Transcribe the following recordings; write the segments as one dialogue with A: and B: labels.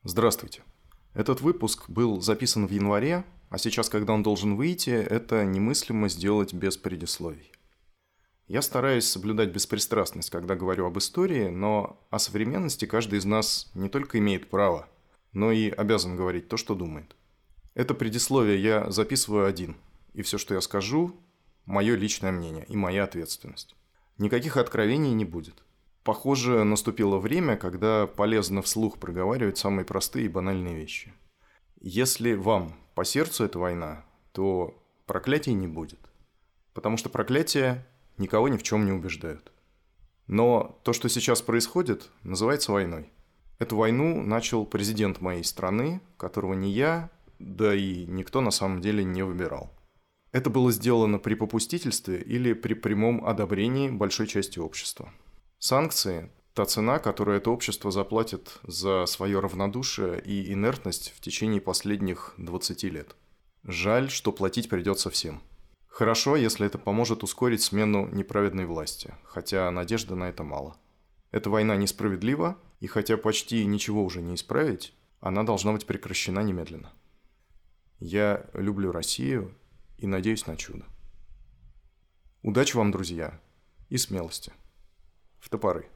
A: Здравствуйте. Этот выпуск был записан в январе, а сейчас, когда он должен выйти, это немыслимо сделать без предисловий. Я стараюсь соблюдать беспристрастность, когда говорю об истории, но о современности каждый из нас не только имеет право, но и обязан говорить то, что думает. Это предисловие я записываю один, и все, что я скажу, мое личное мнение и моя ответственность. Никаких откровений не будет. Похоже, наступило время, когда полезно вслух проговаривать самые простые и банальные вещи. Если вам по сердцу эта война, то проклятий не будет. Потому что проклятия никого ни в чем не убеждают. Но то, что сейчас происходит, называется войной. Эту войну начал президент моей страны, которого не я, да и никто на самом деле не выбирал. Это было сделано при попустительстве или при прямом одобрении большой части общества. Санкции – та цена, которую это общество заплатит за свое равнодушие и инертность в течение последних 20 лет. Жаль, что платить придется всем. Хорошо, если это поможет ускорить смену неправедной власти, хотя надежды на это мало. Эта война несправедлива, и хотя почти ничего уже не исправить, она должна быть прекращена немедленно. Я люблю Россию и надеюсь на чудо. Удачи вам, друзья, и смелости. В топоры.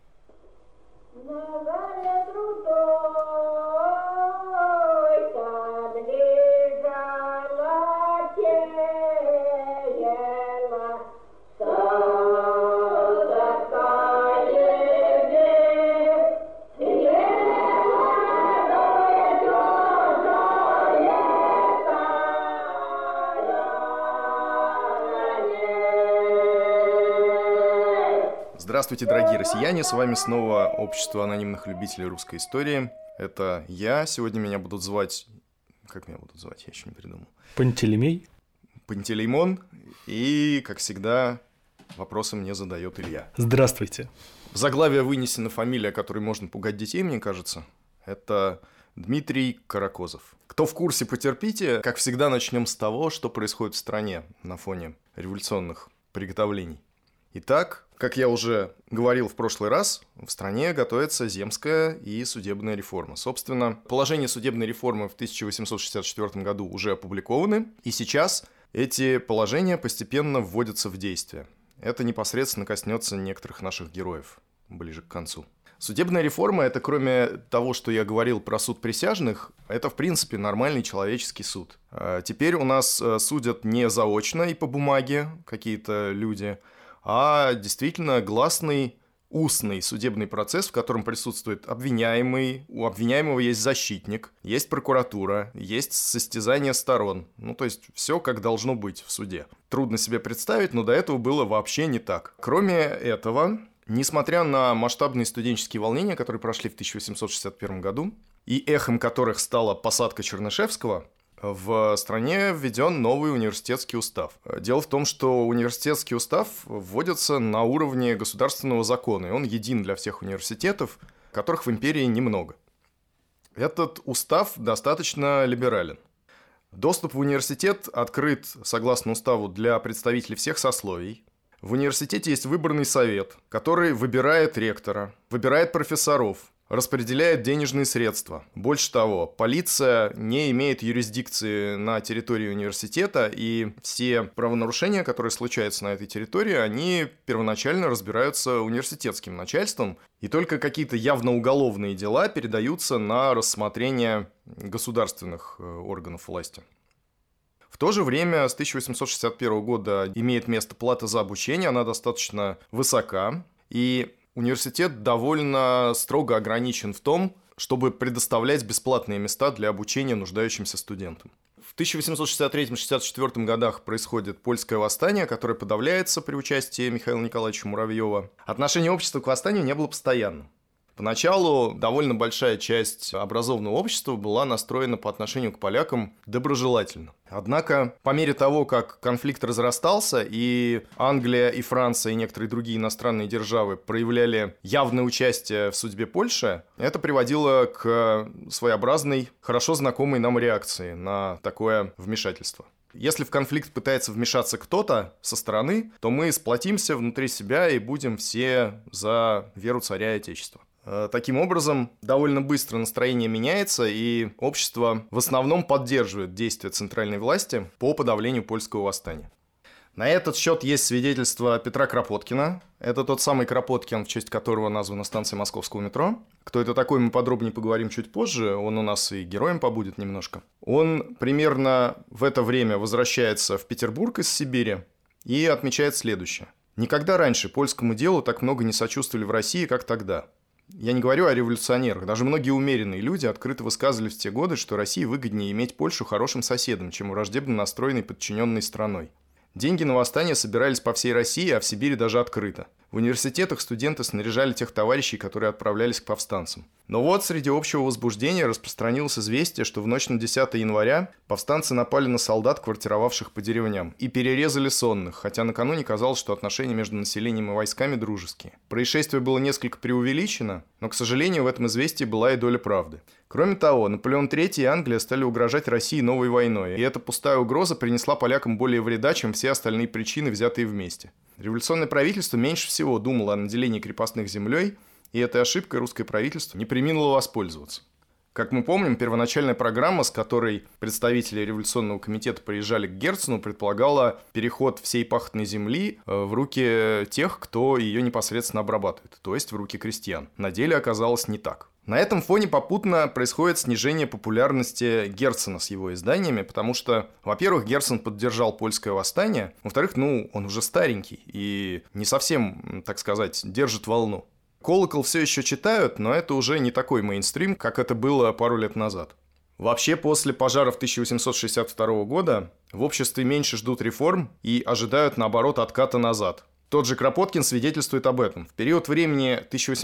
A: Здравствуйте, дорогие россияне, с вами снова Общество анонимных любителей русской истории. Это я, сегодня меня будут звать... Как меня будут звать, я еще не придумал.
B: Пантелеймей.
A: Пантелеймон, и, как всегда, вопросы мне задает Илья.
B: Здравствуйте.
A: В заглавие вынесена фамилия, которой можно пугать детей, мне кажется. Это Дмитрий Каракозов. Кто в курсе, потерпите. Как всегда, начнем с того, что происходит в стране на фоне революционных приготовлений. Итак, как я уже говорил в прошлый раз, в стране готовится земская и судебная реформа. Собственно, положения судебной реформы в 1864 году уже опубликованы, и сейчас эти положения постепенно вводятся в действие. Это непосредственно коснется некоторых наших героев ближе к концу. Судебная реформа – это, кроме того, что я говорил про суд присяжных, это, в принципе, нормальный человеческий суд. Теперь у нас судят не заочно и по бумаге какие-то люди, а действительно гласный, устный судебный процесс, в котором присутствует обвиняемый, у обвиняемого есть защитник, есть прокуратура, есть состязание сторон. То есть все как должно быть в суде. Трудно себе представить, но до этого было вообще не так. Кроме этого, несмотря на масштабные студенческие волнения, которые прошли в 1861 году, и эхом которых стала посадка Чернышевского, в стране введен новый университетский устав. Дело в том, что университетский устав вводится на уровне государственного закона, и он един для всех университетов, которых в империи немного. Этот устав достаточно либерален. Доступ в университет открыт, согласно уставу, для представителей всех сословий. В университете есть выборный совет, который выбирает ректора, выбирает профессоров, распределяет денежные средства. Больше того, полиция не имеет юрисдикции на территории университета, и все правонарушения, которые случаются на этой территории, они первоначально разбираются университетским начальством, и только какие-то явно уголовные дела передаются на рассмотрение государственных органов власти. В то же время с 1861 года имеет место плата за обучение, она достаточно высока, и университет довольно строго ограничен в том, чтобы предоставлять бесплатные места для обучения нуждающимся студентам. В 1863-64 годах происходит польское восстание, которое подавляется при участии Михаила Николаевича Муравьева. Отношение общества к восстанию не было постоянным. Поначалу довольно большая часть образованного общества была настроена по отношению к полякам доброжелательно. Однако, по мере того, как конфликт разрастался, и Англия, и Франция, и некоторые другие иностранные державы проявляли явное участие в судьбе Польши, это приводило к своеобразной, хорошо знакомой нам реакции на такое вмешательство. Если в конфликт пытается вмешаться кто-то со стороны, то мы сплотимся внутри себя и будем все за веру царя и отечества. Таким образом, довольно быстро настроение меняется, и общество в основном поддерживает действия центральной власти по подавлению польского восстания. На этот счет есть свидетельство Петра Кропоткина. Это тот самый Кропоткин, в честь которого названа станция московского метро. Кто это такой, мы подробнее поговорим чуть позже. Он у нас и героем побудет немножко. Он примерно в это время возвращается в Петербург из Сибири и отмечает следующее. Никогда раньше польскому делу так много не сочувствовали в России, как тогда. Я не говорю о революционерах. Даже многие умеренные люди открыто высказывали в те годы, что России выгоднее иметь Польшу хорошим соседом, чем враждебно настроенной подчиненной страной. Деньги на восстание собирались по всей России, а в Сибири даже открыто. В университетах студенты снаряжали тех товарищей, которые отправлялись к повстанцам. Но вот среди общего возбуждения распространилось известие, что в ночь на 10 января повстанцы напали на солдат, квартировавших по деревням, и перерезали сонных, хотя накануне казалось, что отношения между населением и войсками дружеские. Происшествие было несколько преувеличено, но, к сожалению, в этом известии была и доля правды. Кроме того, Наполеон III и Англия стали угрожать России новой войной, и эта пустая угроза принесла полякам более вреда, чем все остальные причины, взятые вместе. Революционное правительство меньше всего думало о наделении крепостных землей, и этой ошибкой русское правительство не преминуло воспользоваться. Как мы помним, первоначальная программа, с которой представители революционного комитета приезжали к Герцену, предполагала переход всей пахотной земли в руки тех, кто ее непосредственно обрабатывает, то есть в руки крестьян. На деле оказалось не так. На этом фоне попутно происходит снижение популярности Герцена с его изданиями, потому что, во-первых, Герцен поддержал польское восстание, во-вторых, он уже старенький и не совсем, так сказать, держит волну. «Колокол» все еще читают, но это уже не такой мейнстрим, как это было пару лет назад. Вообще, после пожаров 1862 года в обществе меньше ждут реформ и ожидают, наоборот, отката назад. Тот же Кропоткин свидетельствует об этом. В период времени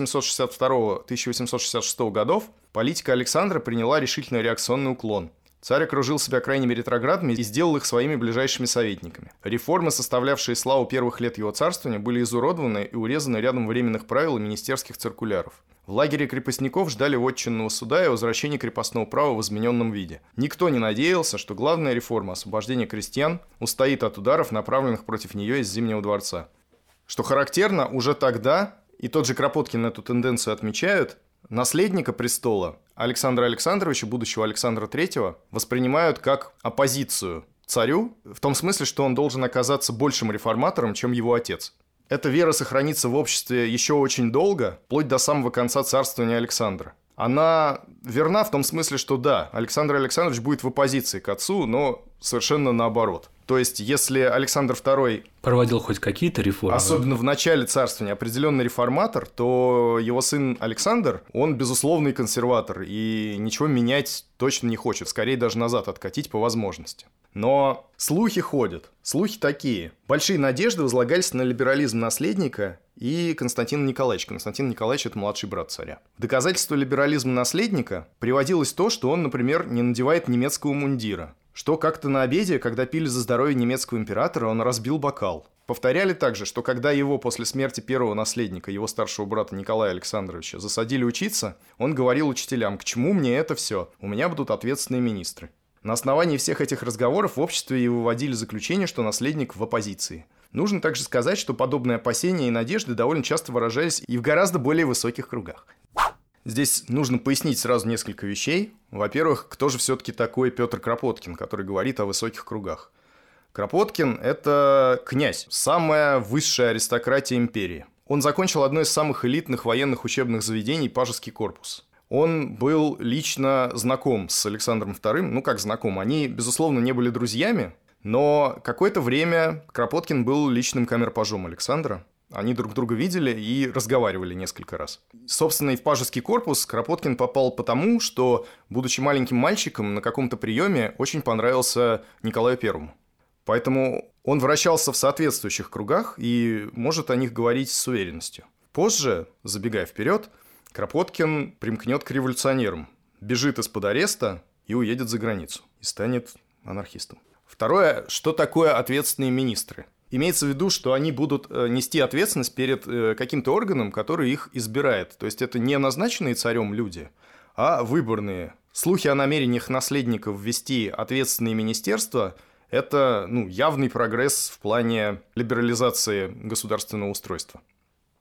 A: 1862-1866 годов политика Александра приняла решительно реакционный уклон. Царь окружил себя крайними ретроградами и сделал их своими ближайшими советниками. Реформы, составлявшие славу первых лет его царствования, были изуродованы и урезаны рядом временных правил и министерских циркуляров. В лагере крепостников ждали вотчинного суда и возвращения крепостного права в измененном виде. Никто не надеялся, что главная реформа освобождения крестьян устоит от ударов, направленных против нее из Зимнего дворца. Что характерно, уже тогда, и тот же Кропоткин эту тенденцию отмечает, наследника престола Александра Александровича, будущего Александра III, воспринимают как оппозицию царю, в том смысле, что он должен оказаться большим реформатором, чем его отец. Эта вера сохранится в обществе еще очень долго, вплоть до самого конца царствования Александра. Она верна в том смысле, что да, Александр Александрович будет в оппозиции к отцу, но совершенно наоборот. То есть, если Александр II
B: проводил хоть какие-то реформы,
A: особенно в начале царствования, определенный реформатор, то его сын Александр, он безусловный консерватор и ничего менять точно не хочет, скорее даже назад откатить по возможности. Но слухи ходят. Слухи такие. Большие надежды возлагались на либерализм наследника и Константина Николаевича. Константин Николаевич – это младший брат царя. В доказательство либерализма наследника приводилось то, что он, например, не надевает немецкого мундира. Что как-то на обеде, когда пили за здоровье немецкого императора, он разбил бокал. Повторяли также, что когда его после смерти первого наследника, его старшего брата Николая Александровича, засадили учиться, он говорил учителям: «К чему мне это все? У меня будут ответственные министры». На основании всех этих разговоров в обществе и выводили заключение, что наследник в оппозиции. Нужно также сказать, что подобные опасения и надежды довольно часто выражались и в гораздо более высоких кругах. Здесь нужно пояснить сразу несколько вещей. Во-первых, кто же все-таки такой Петр Кропоткин, который говорит о высоких кругах? Кропоткин – это князь, самая высшая аристократия империи. Он закончил одно из самых элитных военных учебных заведений – Пажеский корпус. Он был лично знаком с Александром II, как знаком, они, безусловно, не были друзьями, но какое-то время Кропоткин был личным камер-пажом Александра. Они друг друга видели и разговаривали несколько раз. Собственно, и в Пажеский корпус Кропоткин попал потому, что, будучи маленьким мальчиком, на каком-то приеме очень понравился Николаю I. Поэтому он вращался в соответствующих кругах и может о них говорить с уверенностью. Позже, забегая вперед, Кропоткин примкнет к революционерам, бежит из-под ареста и уедет за границу, и станет анархистом. Второе, что такое ответственные министры? Имеется в виду, что они будут нести ответственность перед каким-то органом, который их избирает. То есть это не назначенные царем люди, а выборные. Слухи о намерениях наследников ввести ответственные министерства – это явный прогресс в плане либерализации государственного устройства.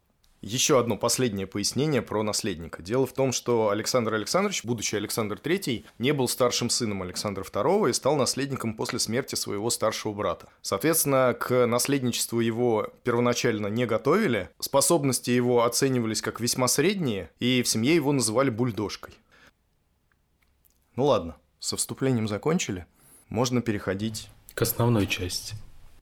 A: Еще одно последнее пояснение про наследника. Дело в том, что Александр Александрович, будучи Александр III, не был старшим сыном Александра II и стал наследником после смерти своего старшего брата. Соответственно, к наследничеству его первоначально не готовили, способности его оценивались как весьма средние, и в семье его называли бульдожкой. Ну ладно, со вступлением закончили, можно переходить
B: к основной части.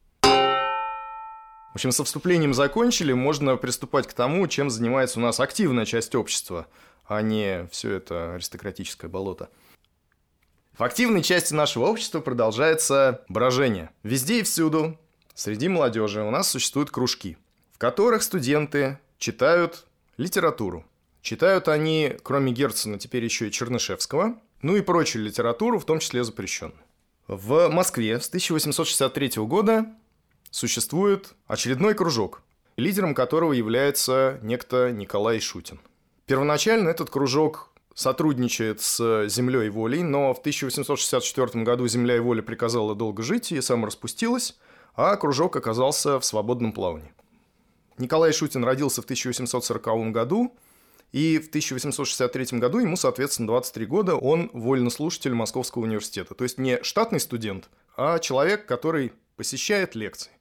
A: В общем, со вступлением закончили, можно приступать к тому, чем занимается у нас активная часть общества, а не все это аристократическое болото. В активной части нашего общества продолжается брожение. Везде и всюду, среди молодежи, у нас существуют кружки, в которых студенты читают литературу. Читают они, кроме Герцена, теперь еще и Чернышевского, ну и прочую литературу, в том числе запрещенную. В Москве с 1863 года существует очередной кружок, лидером которого является некто Николай Шутин. Первоначально этот кружок сотрудничает с «Землей и волей», но в 1864 году «Земля и воля» приказала долго жить и самораспустилась, а кружок оказался в свободном плавании. Николай Шутин родился в 1840 году, и в 1863 году ему, соответственно, 23 года, он вольнослушатель Московского университета. То есть не штатный студент, а человек, который посещает лекции.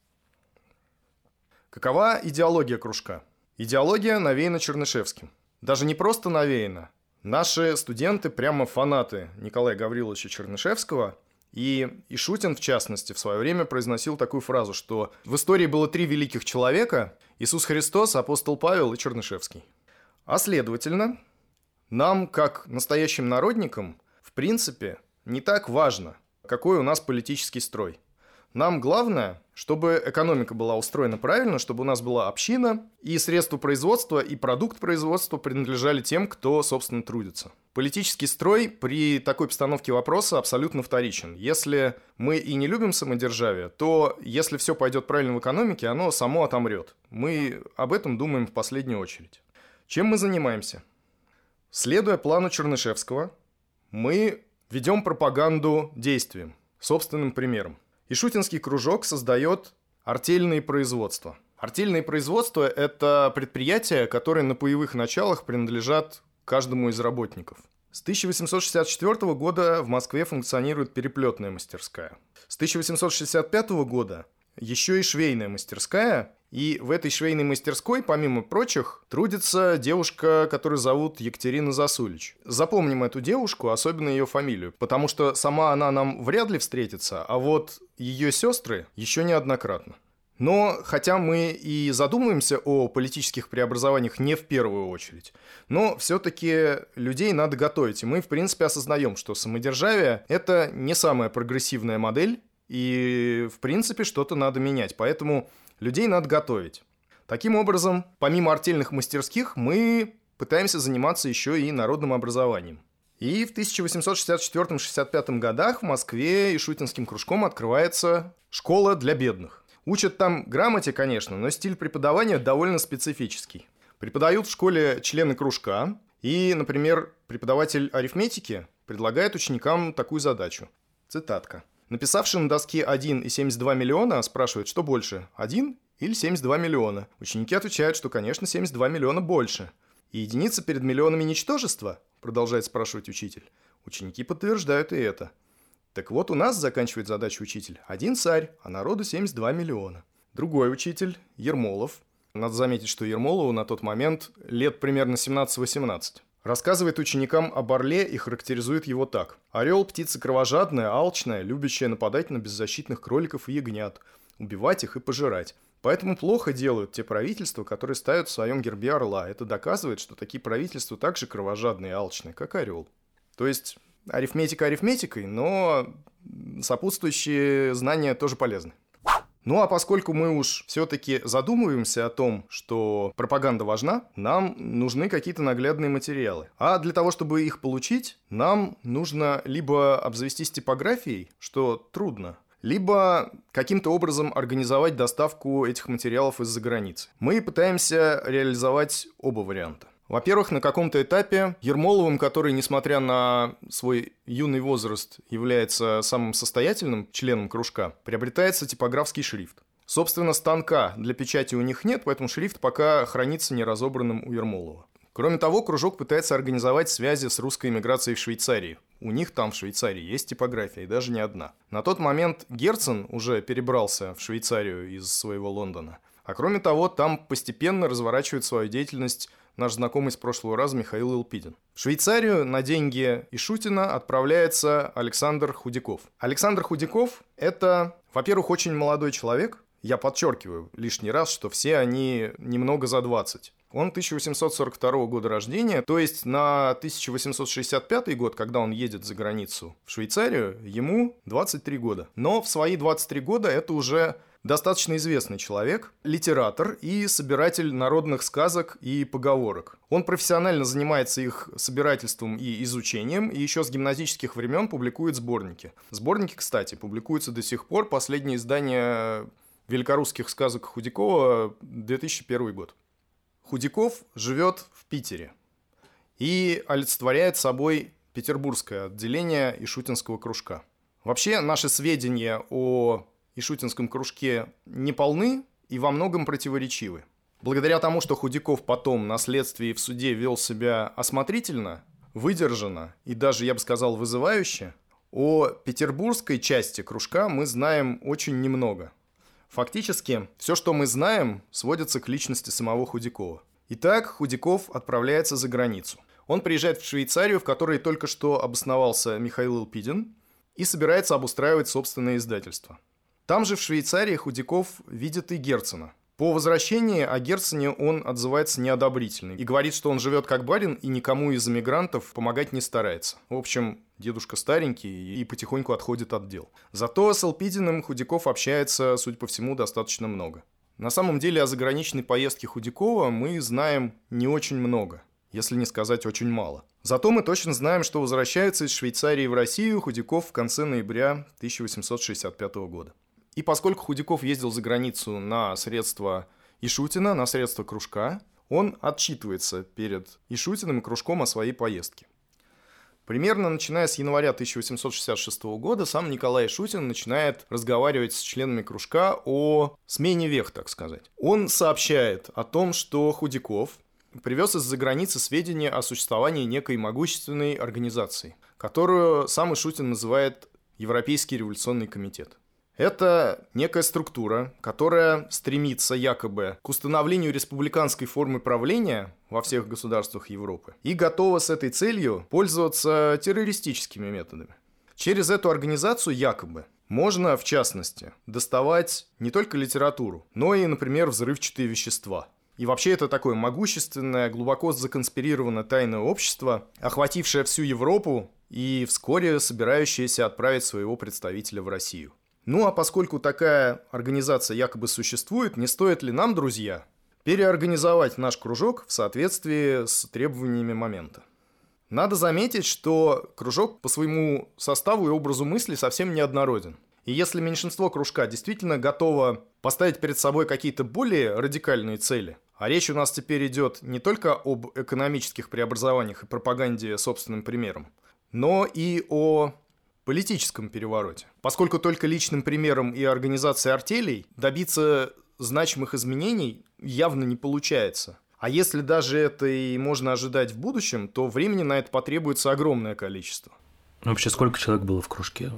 A: Какова идеология кружка? Идеология навеяна Чернышевским. Даже не просто навеяна. Наши студенты прямо фанаты Николая Гавриловича Чернышевского, и Шутин, в частности, в свое время произносил такую фразу, что в истории было 3 великих человека – Иисус Христос, апостол Павел и Чернышевский. А следовательно, нам, как настоящим народникам, в принципе, не так важно, какой у нас политический строй. Нам главное, чтобы экономика была устроена правильно, чтобы у нас была община, и средства производства, и продукт производства принадлежали тем, кто, собственно, трудится. Политический строй при такой постановке вопроса абсолютно вторичен. Если мы и не любим самодержавие, то если все пойдет правильно в экономике, оно само отомрет. Мы об этом думаем в последнюю очередь. Чем мы занимаемся? Следуя плану Чернышевского, мы ведем пропаганду действием, собственным примером. И шутинский кружок создает артельные производства. Артельные производства – это предприятия, которые на паевых началах принадлежат каждому из работников. С 1864 года в Москве функционирует переплетная мастерская. С 1865 года еще и швейная мастерская. И в этой швейной мастерской, помимо прочих, трудится девушка, которую зовут Екатерина Засулич. Запомним эту девушку, особенно ее фамилию, потому что сама она нам вряд ли встретится, а вот ее сестры еще неоднократно. Но, хотя мы и задумываемся о политических преобразованиях не в первую очередь, но все-таки людей надо готовить. И мы, в принципе, осознаем, что самодержавие – это не самая прогрессивная модель, и, в принципе, что-то надо менять. Поэтому людей надо готовить. Таким образом, помимо артельных мастерских, мы пытаемся заниматься еще и народным образованием. И в 1864-65 годах в Москве Ишутинским кружком открывается школа для бедных. Учат там грамоте, конечно, но стиль преподавания довольно специфический. Преподают в школе члены кружка, и, например, преподаватель арифметики предлагает ученикам такую задачу. Цитатка. Написавший на доске 1 и 72 миллиона спрашивает, что больше, 1 или 72 миллиона. Ученики отвечают, что, конечно, 72 миллиона больше. И единица перед миллионами ничтожества, продолжает спрашивать учитель. Ученики подтверждают и это. Так вот, у нас, заканчивает задачу учитель, 1 царь, а народу 72 миллиона. Другой учитель, Ермолов. Надо заметить, что Ермолову на тот момент лет примерно 17-18. Рассказывает ученикам об орле и характеризует его так. Орел – птица кровожадная, алчная, любящая нападать на беззащитных кроликов и ягнят, убивать их и пожирать. Поэтому плохо делают те правительства, которые ставят в своем гербе орла. Это доказывает, что такие правительства также кровожадные и алчные, как орел. То есть арифметика арифметикой, но сопутствующие знания тоже полезны. Ну а поскольку мы уж все-таки задумываемся о том, что пропаганда важна, нам нужны какие-то наглядные материалы. А для того, чтобы их получить, нам нужно либо обзавестись типографией, что трудно, либо каким-то образом организовать доставку этих материалов из-за границы. Мы пытаемся реализовать оба варианта. Во-первых, на каком-то этапе Ермоловым, который, несмотря на свой юный возраст, является самым состоятельным членом кружка, приобретается типографский шрифт. Собственно, станка для печати у них нет, поэтому шрифт пока хранится неразобранным у Ермолова. Кроме того, кружок пытается организовать связи с русской эмиграцией в Швейцарии. У них там, в Швейцарии, есть типография, и даже не одна. На тот момент Герцен уже перебрался в Швейцарию из своего Лондона. А кроме того, там постепенно разворачивает свою деятельность наш знакомый с прошлого раза Михаил Элпидин. В Швейцарию на деньги Ишутина отправляется Александр Худяков. Александр Худяков – это, во-первых, очень молодой человек. Я подчеркиваю лишний раз, что все они немного за 20. Он 1842 года рождения, то есть на 1865 год, когда он едет за границу в Швейцарию, ему 23 года. Но в свои 23 года это уже достаточно известный человек, литератор и собиратель народных сказок и поговорок. Он профессионально занимается их собирательством и изучением, и еще с гимназических времен публикует сборники. Сборники, кстати, публикуются до сих пор. Последнее издание великорусских сказок Худякова 2001 год. Худяков живет в Питере и олицетворяет собой петербургское отделение Ишутинского кружка. Вообще, наши сведения о Ишутинском кружке не полны и во многом противоречивы. Благодаря тому, что Худяков потом на следствии в суде вел себя осмотрительно, выдержанно и даже, я бы сказал, вызывающе, о петербургской части кружка мы знаем очень немного. Фактически, все, что мы знаем, сводится к личности самого Худякова. Итак, Худяков отправляется за границу. Он приезжает в Швейцарию, в которой только что обосновался Михаил Элпидин, и собирается обустраивать собственное издательство. Там же в Швейцарии Худяков видит и Герцена. По возвращении о Герцене он отзывается неодобрительно и говорит, что он живет как барин и никому из эмигрантов помогать не старается. В общем, дедушка старенький и потихоньку отходит от дел. Зато с Элпидиным Худяков общается, судя по всему, достаточно много. На самом деле о заграничной поездке Худякова мы знаем не очень много, если не сказать очень мало. Зато мы точно знаем, что возвращается из Швейцарии в Россию Худяков в конце ноября 1865 года. И поскольку Худяков ездил за границу на средства Ишутина, на средства кружка, он отчитывается перед Ишутиным и кружком о своей поездке. Примерно начиная с января 1866 года сам Николай Ишутин начинает разговаривать с членами кружка о смене вех, так сказать. Он сообщает о том, что Худяков привез из-за границы сведения о существовании некой могущественной организации, которую сам Ишутин называет Европейский революционный комитет. Это некая структура, которая стремится якобы к установлению республиканской формы правления во всех государствах Европы и готова с этой целью пользоваться террористическими методами. Через эту организацию якобы можно, в частности, доставать не только литературу, но и, например, взрывчатые вещества. И вообще это такое могущественное, глубоко законспирированное тайное общество, охватившее всю Европу и вскоре собирающееся отправить своего представителя в Россию. Ну а поскольку такая организация якобы существует, не стоит ли нам, друзья, переорганизовать наш кружок в соответствии с требованиями момента? Надо заметить, что кружок по своему составу и образу мысли совсем неоднороден. И если меньшинство кружка действительно готово поставить перед собой какие-то более радикальные цели, а речь у нас теперь идет не только об экономических преобразованиях и пропаганде собственным примером, но и о политическом перевороте. Поскольку только личным примером и организацией артелей добиться значимых изменений явно не получается. А если даже это и можно ожидать в будущем, то времени на это потребуется огромное количество.
B: Вообще, сколько человек было в кружке?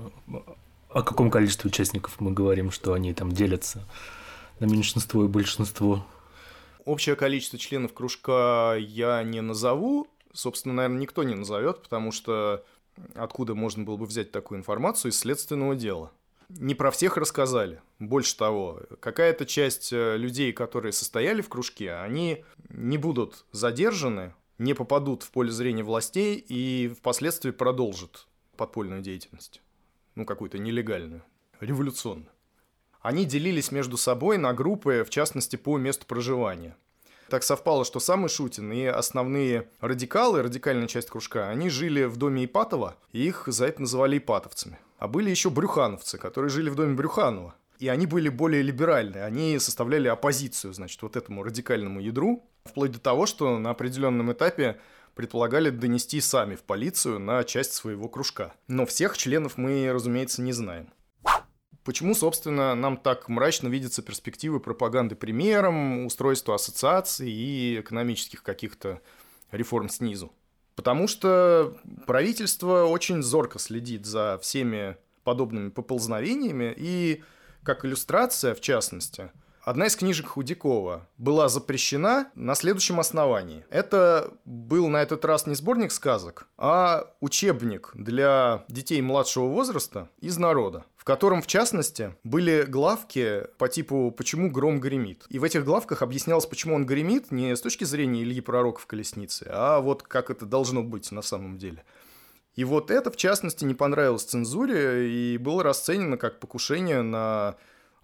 B: О каком количестве участников мы говорим, что они там делятся на меньшинство и большинство?
A: Общее количество членов кружка я не назову. Собственно, наверное, никто не назовет, потому что откуда можно было бы взять такую информацию из следственного дела? Не про всех рассказали. Больше того, какая-то часть людей, которые состояли в кружке, они не будут задержаны, не попадут в поле зрения властей и впоследствии продолжат подпольную деятельность. Ну, какую-то нелегальную, революционную. Они делились между собой на группы, в частности, по месту проживания. Так совпало, что сам Ишутин и основные радикалы, радикальная часть кружка, они жили в доме Ипатова, и их за это называли ипатовцами. А были еще брюхановцы, которые жили в доме Брюханова. И они были более либеральные, они составляли оппозицию, значит, вот этому радикальному ядру, вплоть до того, что на определенном этапе предполагали донести сами в полицию на часть своего кружка. Но всех членов мы, разумеется, не знаем. Почему, собственно, нам так мрачно видятся перспективы пропаганды примером, устройства ассоциаций и экономических каких-то реформ снизу? Потому что правительство очень зорко следит за всеми подобными поползновениями, и, как иллюстрация, в частности, одна из книжек Худякова была запрещена на следующем основании. Это был на этот раз не сборник сказок, а учебник для детей младшего возраста из народа, в котором, в частности, были главки по типу «Почему гром гремит?». И в этих главках объяснялось, почему он гремит не с точки зрения Ильи Пророка в колеснице, а вот как это должно быть на самом деле. И вот это, в частности, не понравилось цензуре и было расценено как покушение на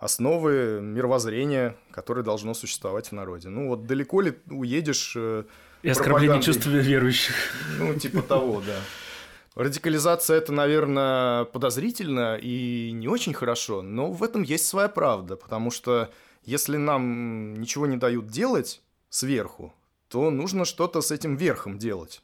A: основы мировоззрения, которое должно существовать в народе. Ну вот далеко ли уедешь
B: и оскорбление чувств верующих.
A: Ну, типа того, да. Радикализация – это, наверное, подозрительно и не очень хорошо, но в этом есть своя правда, потому что если нам ничего не дают делать сверху, то нужно что-то с этим верхом делать.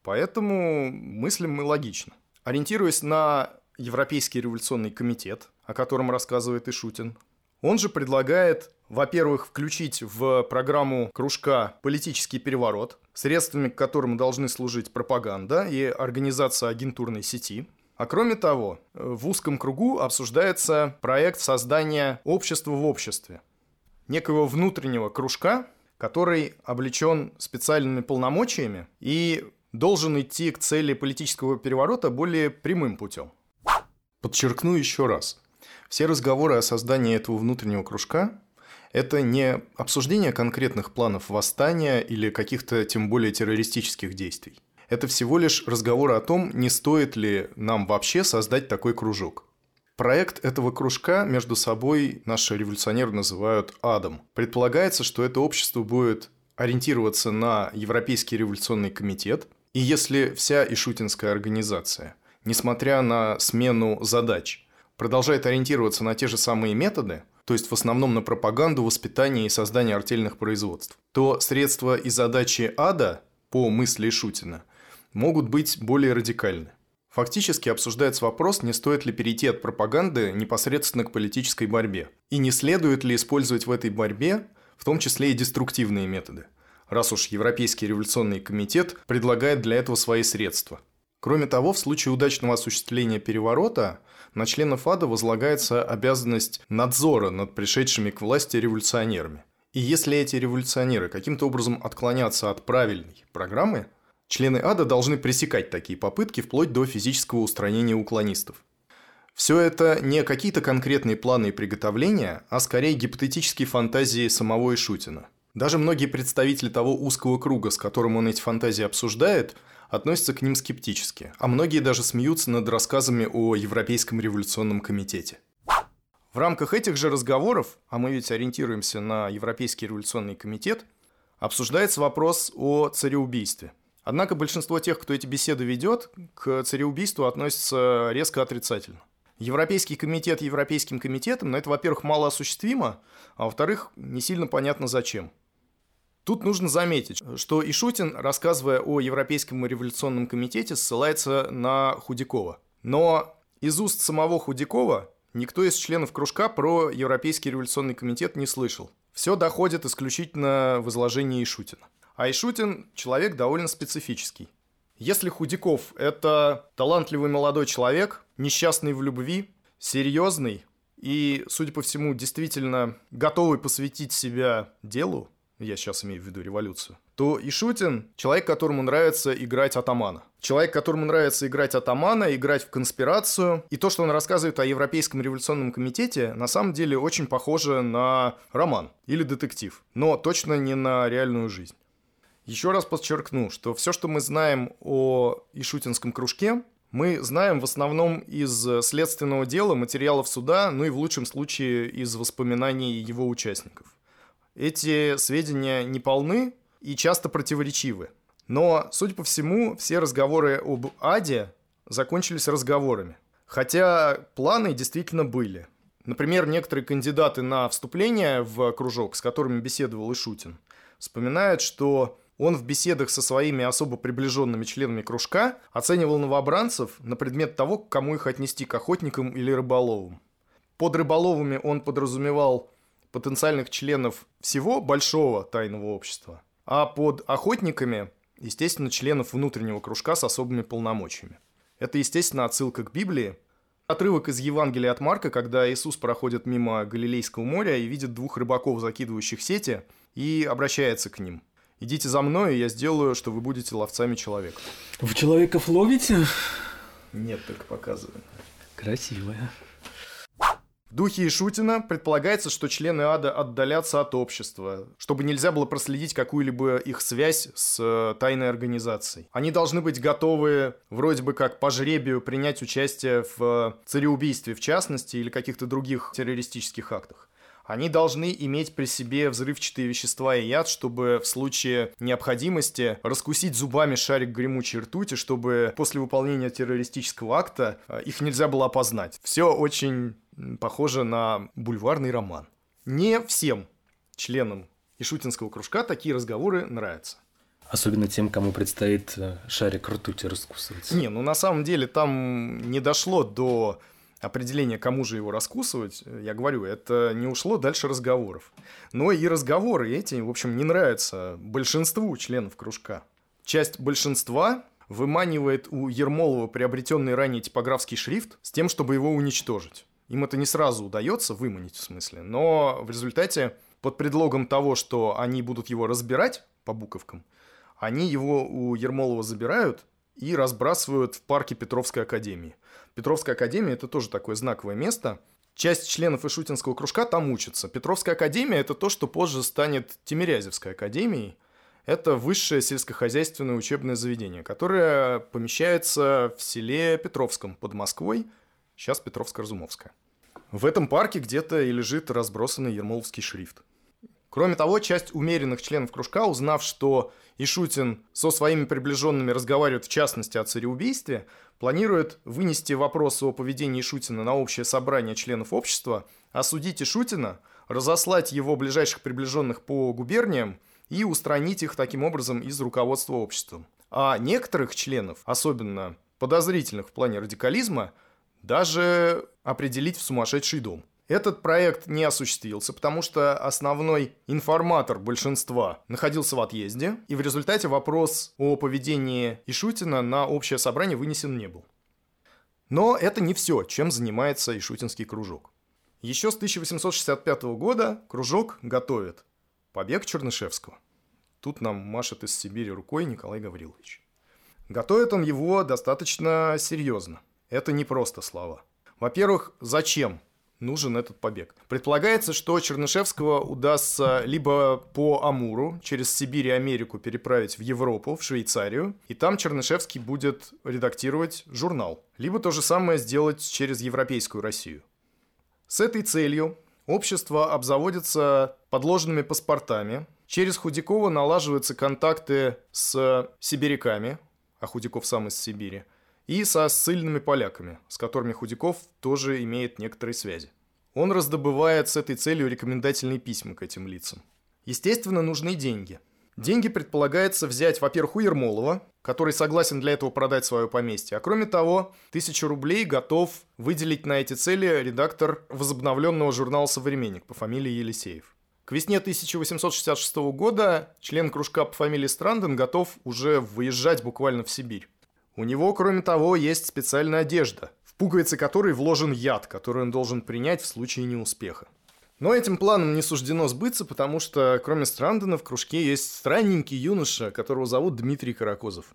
A: Поэтому мыслим мы логично. Ориентируясь на Европейский революционный комитет, о котором рассказывает Ишутин, он же предлагает, во-первых, включить в программу кружка политический переворот, средствами к которому должны служить пропаганда и организация агентурной сети. А кроме того, в узком кругу обсуждается проект создания общества в обществе, некого внутреннего кружка, который облечен специальными полномочиями и должен идти к цели политического переворота более прямым путем. Подчеркну еще раз. Все разговоры о создании этого внутреннего кружка – это не обсуждение конкретных планов восстания или каких-то тем более террористических действий. Это всего лишь разговоры о том, не стоит ли нам вообще создать такой кружок. Проект этого кружка между собой наши революционеры называют адом. Предполагается, что это общество будет ориентироваться на Европейский революционный комитет, и если вся ишутинская организация, несмотря на смену задач, продолжает ориентироваться на те же самые методы, то есть в основном на пропаганду, воспитание и создание артельных производств, то средства и задачи ада, по мысли Ишутина, могут быть более радикальны. Фактически обсуждается вопрос, не стоит ли перейти от пропаганды непосредственно к политической борьбе, и не следует ли использовать в этой борьбе в том числе и деструктивные методы, раз уж Европейский революционный комитет предлагает для этого свои средства. Кроме того, в случае удачного осуществления переворота на членов ада возлагается обязанность надзора над пришедшими к власти революционерами. И если эти революционеры каким-то образом отклонятся от правильной программы, члены ада должны пресекать такие попытки вплоть до физического устранения уклонистов. Все это не какие-то конкретные планы и приготовления, а скорее гипотетические фантазии самого Ишутина. Даже многие представители того узкого круга, с которым он эти фантазии обсуждает, относятся к ним скептически, а многие даже смеются над рассказами о Европейском революционном комитете. В рамках этих же разговоров, а мы ведь ориентируемся на Европейский революционный комитет, обсуждается вопрос о цареубийстве. Однако большинство тех, кто эти беседы ведет, к цареубийству относятся резко отрицательно. Европейский комитет европейским комитетом, но это, во-первых, малоосуществимо, а во-вторых, не сильно понятно зачем. Тут нужно заметить, что Ишутин, рассказывая о Европейском революционном комитете, ссылается на Худякова. Но из уст самого Худякова никто из членов кружка про Европейский революционный комитет не слышал. Все доходит исключительно в изложении Ишутина. А Ишутин – человек довольно специфический. Если Худяков – это талантливый молодой человек, несчастный в любви, серьезный и, судя по всему, действительно готовый посвятить себя делу, я сейчас имею в виду революцию, то Ишутин – человек, которому нравится играть атамана. Человек, которому нравится играть атамана, играть в конспирацию. И то, что он рассказывает о Европейском революционном комитете, на самом деле очень похоже на роман или детектив, но точно не на реальную жизнь. Еще раз подчеркну, что все, что мы знаем о Ишутинском кружке, мы знаем в основном из следственного дела, материалов суда, ну и в лучшем случае из воспоминаний его участников. Эти сведения не полны и часто противоречивы. Но, судя по всему, все разговоры об аде закончились разговорами. Хотя планы действительно были. Например, некоторые кандидаты на вступление в кружок, с которыми беседовал Ишутин, вспоминают, что он в беседах со своими особо приближенными членами кружка оценивал новобранцев на предмет того, к кому их отнести, к охотникам или рыболовам. Под рыболовами он подразумевал потенциальных членов всего большого тайного общества, а под охотниками, естественно, членов внутреннего кружка с особыми полномочиями. Это, естественно, отсылка к Библии. Отрывок из Евангелия от Марка, когда Иисус проходит мимо Галилейского моря и видит двух рыбаков, закидывающих сети, и обращается к ним. «Идите за мной, и я сделаю, что вы будете ловцами человека».
B: Вы человеков ловите?
A: Нет, только показываю.
B: Красивая.
A: В духе Ишутина предполагается, что члены ада отдалятся от общества, чтобы нельзя было проследить какую-либо их связь с тайной организацией. Они должны быть готовы вроде бы как по жребию принять участие в цареубийстве в частности или каких-то других террористических актах. Они должны иметь при себе взрывчатые вещества и яд, чтобы в случае необходимости раскусить зубами шарик гремучей ртути, чтобы после выполнения террористического акта их нельзя было опознать. Все очень похоже на бульварный роман. Не всем членам ишутинского кружка такие разговоры нравятся.
B: Особенно тем, кому предстоит шарик ртути раскусывать.
A: Не, ну на самом деле там не дошло до определения, кому же его раскусывать. Я говорю, это не ушло дальше разговоров. Но и разговоры эти, в общем, не нравятся большинству членов кружка. Часть большинства выманивает у Ермолова приобретенный ранее типографский шрифт с тем, чтобы его уничтожить. Им это не сразу удается, выманить в смысле, но в результате под предлогом того, что они будут его разбирать по буковкам, они его у Ермолова забирают и разбрасывают в парке Петровской академии. Петровская академия – это тоже такое знаковое место. Часть членов Ишутинского кружка там учатся. Петровская академия – это то, что позже станет Тимирязевской академией. Это высшее сельскохозяйственное учебное заведение, которое помещается в селе Петровском под Москвой, сейчас Петровско-Разумовская. В этом парке где-то и лежит разбросанный ермоловский шрифт. Кроме того, часть умеренных членов кружка, узнав, что Ишутин со своими приближенными разговаривает в частности о цареубийстве, планирует вынести вопрос о поведении Ишутина на общее собрание членов общества, осудить Ишутина, разослать его ближайших приближенных по губерниям и устранить их таким образом из руководства обществом. А некоторых членов, особенно подозрительных в плане радикализма, даже определить в сумасшедший дом. Этот проект не осуществился, потому что основной информатор большинства находился в отъезде, и в результате вопрос о поведении Ишутина на общее собрание вынесен не был. Но это не все, чем занимается Ишутинский кружок. Еще с 1865 года кружок готовит побег Чернышевского. Тут нам машет из Сибири рукой Николай Гаврилович. Готовит он его достаточно серьезно. Это не просто слова. Во-первых, зачем нужен этот побег? Предполагается, что Чернышевского удастся либо по Амуру через Сибирь и Америку переправить в Европу, в Швейцарию, и там Чернышевский будет редактировать журнал, либо то же самое сделать через Европейскую Россию. С этой целью общество обзаводится подложными паспортами, через Худякова налаживаются контакты с сибиряками, а Худяков сам из Сибири, и со ссыльными поляками, с которыми Худяков тоже имеет некоторые связи. Он раздобывает с этой целью рекомендательные письма к этим лицам. Естественно, нужны деньги. Деньги предполагается взять, во-первых, у Ермолова, который согласен для этого продать свое поместье, а кроме того, 1000 рублей готов выделить на эти цели редактор возобновленного журнала «Современник» по фамилии Елисеев. К весне 1866 года член кружка по фамилии Странден готов уже выезжать буквально в Сибирь. У него, кроме того, есть специальная одежда, в пуговицы которой вложен яд, который он должен принять в случае неуспеха. Но этим планом не суждено сбыться, потому что, кроме Страндена, в кружке есть странненький юноша, которого зовут Дмитрий Каракозов.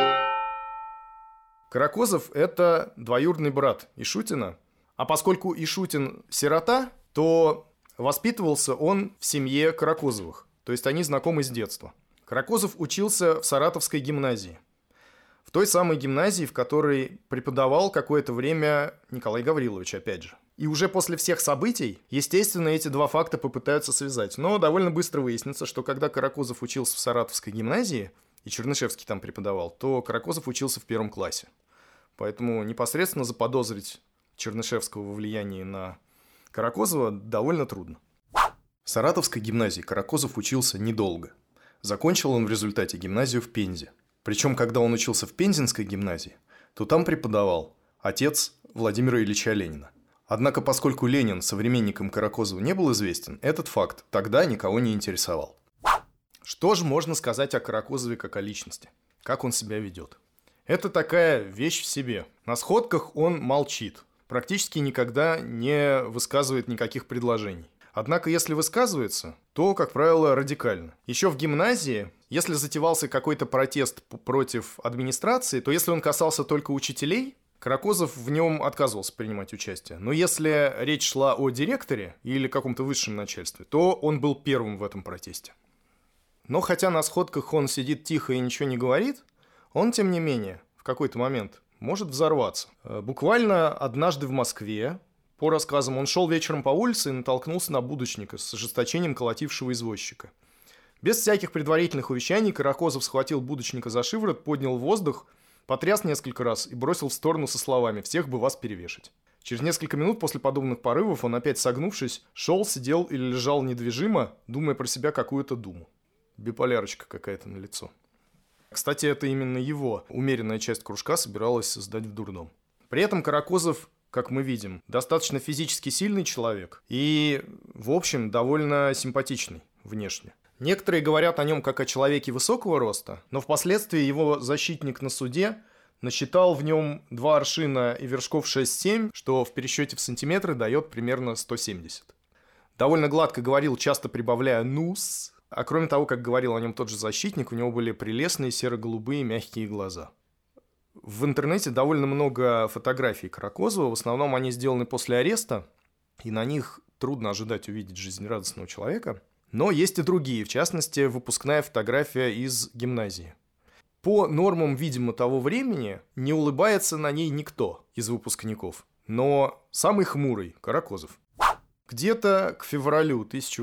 A: Каракозов – это двоюродный брат Ишутина, а поскольку Ишутин сирота, то воспитывался он в семье Каракозовых, то есть они знакомы с детства. Каракозов учился в Саратовской гимназии. В той самой гимназии, в которой преподавал какое-то время Николай Гаврилович, опять же. И уже после всех событий, естественно, эти два факта попытаются связать. Но довольно быстро выяснится, что когда Каракозов учился в Саратовской гимназии, и Чернышевский там преподавал, то Каракозов учился в 1 классе. Поэтому непосредственно заподозрить Чернышевского во влиянии на Каракозова довольно трудно. В Саратовской гимназии Каракозов учился недолго. Закончил он в результате гимназию в Пензе. Причем, когда он учился в Пензенской гимназии, то там преподавал отец Владимира Ильича Ленина. Однако, поскольку Ленин современникам Каракозова не был известен, этот факт тогда никого не интересовал. Что же можно сказать о Каракозове как о личности? Как он себя ведет? Это такая вещь в себе. На сходках он молчит, практически никогда не высказывает никаких предложений. Однако, если высказывается, то, как правило, радикально. Еще в гимназии, если затевался какой-то протест против администрации, то если он касался только учителей, Каракозов в нем отказывался принимать участие. Но если речь шла о директоре или каком-то высшем начальстве, то он был первым в этом протесте. Но хотя на сходках он сидит тихо и ничего не говорит, он, тем не менее, в какой-то момент может взорваться. Буквально однажды в Москве, по рассказам, он шел вечером по улице и натолкнулся на будочника с ожесточением колотившего извозчика. Без всяких предварительных увещаний Каракозов схватил будочника за шиворот, поднял в воздух, потряс несколько раз и бросил в сторону со словами «Всех бы вас перевешать». Через несколько минут после подобных порывов он, опять согнувшись, шел, сидел или лежал недвижимо, думая про себя какую-то думу. Биполярочка какая-то на лицо. Кстати, это именно его умеренная часть кружка собиралась сдать в дурдом. При этом Каракозов, как мы видим, достаточно физически сильный человек и, в общем, довольно симпатичный внешне. Некоторые говорят о нем как о человеке высокого роста, но впоследствии его защитник на суде насчитал в нем 2 аршина и вершков 6-7, что в пересчете в сантиметры дает примерно 170. Довольно гладко говорил, часто прибавляя «нус», а кроме того, как говорил о нем тот же защитник, у него были прелестные серо-голубые мягкие глаза. В интернете довольно много фотографий Каракозова, в основном они сделаны после ареста, и на них трудно ожидать увидеть жизнерадостного человека. Но есть и другие, в частности, выпускная фотография из гимназии. По нормам, видимо, того времени не улыбается на ней никто из выпускников, но самый хмурый – Каракозов. Где-то к февралю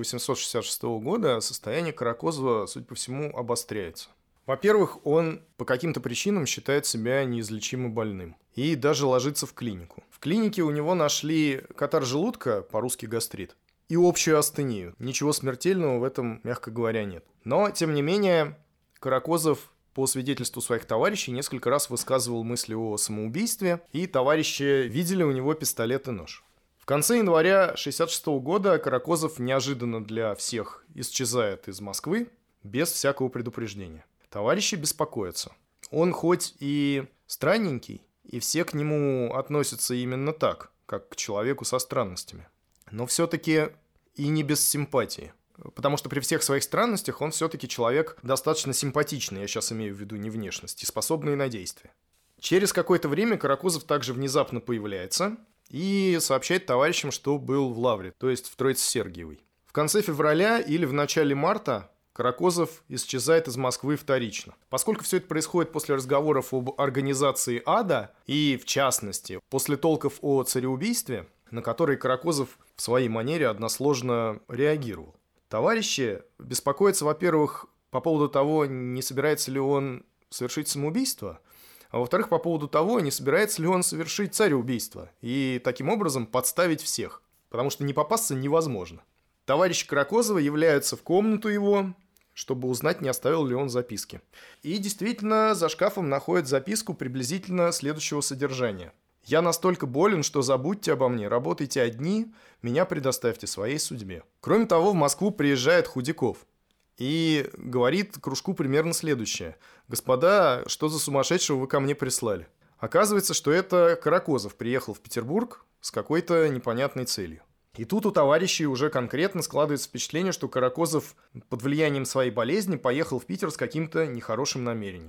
A: 1866 года состояние Каракозова, судя по всему, обостряется. Во-первых, он по каким-то причинам считает себя неизлечимо больным и даже ложится в клинику. В клинике у него нашли катар желудка, по-русски гастрит, и общую астению. Ничего смертельного в этом, мягко говоря, нет. Но, тем не менее, Каракозов, по свидетельству своих товарищей, несколько раз высказывал мысли о самоубийстве, и товарищи видели у него пистолет и нож. В конце января 1966 года Каракозов неожиданно для всех исчезает из Москвы без всякого предупреждения. Товарищи беспокоятся. Он хоть и странненький, и все к нему относятся именно так, как к человеку со странностями, но все-таки и не без симпатии. Потому что при всех своих странностях он все-таки человек достаточно симпатичный, я сейчас имею в виду не внешность, и способный на действие. Через какое-то время Каракозов также внезапно появляется и сообщает товарищам, что был в Лавре, то есть в Троице-Сергиевой. В конце февраля или в начале марта Каракозов исчезает из Москвы вторично. Поскольку все это происходит после разговоров об организации ада и, в частности, после толков о цареубийстве, на которые Каракозов в своей манере односложно реагировал. Товарищи беспокоятся, во-первых, по поводу того, не собирается ли он совершить самоубийство, а во-вторых, по поводу того, не собирается ли он совершить цареубийство и таким образом подставить всех, потому что не попасться невозможно. Товарищи Каракозова являются в комнату его, чтобы узнать, не оставил ли он записки. И действительно, за шкафом находят записку приблизительно следующего содержания. «Я настолько болен, что забудьте обо мне, работайте одни, меня предоставьте своей судьбе». Кроме того, в Москву приезжает Худяков и говорит кружку примерно следующее. «Господа, что за сумасшедшего вы ко мне прислали?» Оказывается, что это Каракозов приехал в Петербург с какой-то непонятной целью. И тут у товарищей уже конкретно складывается впечатление, что Каракозов под влиянием своей болезни поехал в Питер с каким-то нехорошим намерением.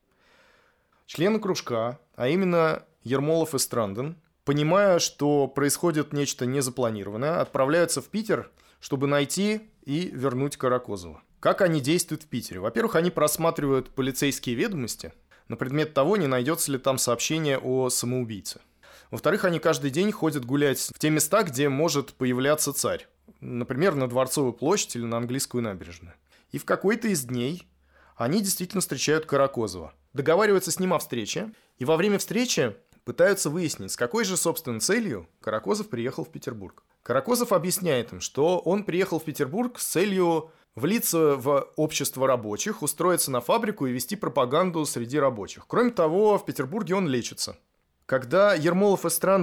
A: Члены кружка, а именно Ермолов и Странден, понимая, что происходит нечто незапланированное, отправляются в Питер, чтобы найти и вернуть Каракозова. Как они действуют в Питере? Во-первых, они просматривают полицейские ведомости на предмет того, не найдется ли там сообщение о самоубийце. Во-вторых, они каждый день ходят гулять в те места, где может появляться царь. Например, на Дворцовую площадь или на Английскую набережную. И в какой-то из дней они действительно встречают Каракозова. Договариваются с ним о встрече. И во время встречи пытаются выяснить, с какой же, собственно, целью Каракозов приехал в Петербург. Каракозов объясняет им, что он приехал в Петербург с целью влиться в общество рабочих, устроиться на фабрику и вести пропаганду среди рабочих. Кроме того, в Петербурге он лечится. Когда Ермолов и Странден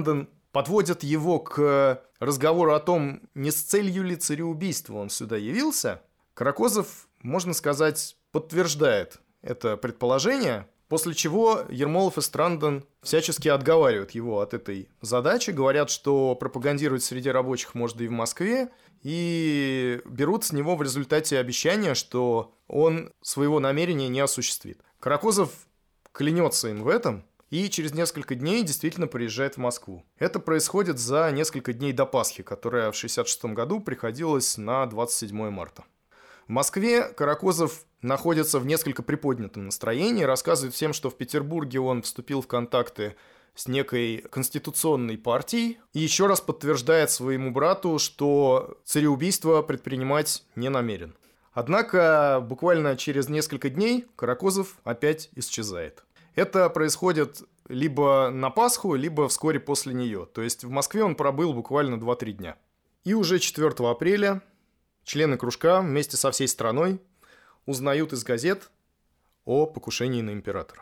A: подводят его к разговору о том, не с целью ли цареубийства он сюда явился, Каракозов, можно сказать, подтверждает это предположение, после чего Ермолов и Страндон всячески отговаривают его от этой задачи, говорят, что пропагандировать среди рабочих можно и в Москве, и берут с него в результате обещания, что он своего намерения не осуществит. Каракозов клянется им в этом, и через несколько дней действительно приезжает в Москву. Это происходит за несколько дней до Пасхи, которая в 1966 году приходилась на 27 марта. В Москве Каракозов находится в несколько приподнятом настроении, рассказывает всем, что в Петербурге он вступил в контакты с некой конституционной партией, и еще раз подтверждает своему брату, что цареубийство предпринимать не намерен. Однако буквально через несколько дней Каракозов опять исчезает. Это происходит либо на Пасху, либо вскоре после нее. То есть в Москве он пробыл буквально 2-3 дня. И уже 4 апреля члены кружка вместе со всей страной узнают из газет о покушении на императора.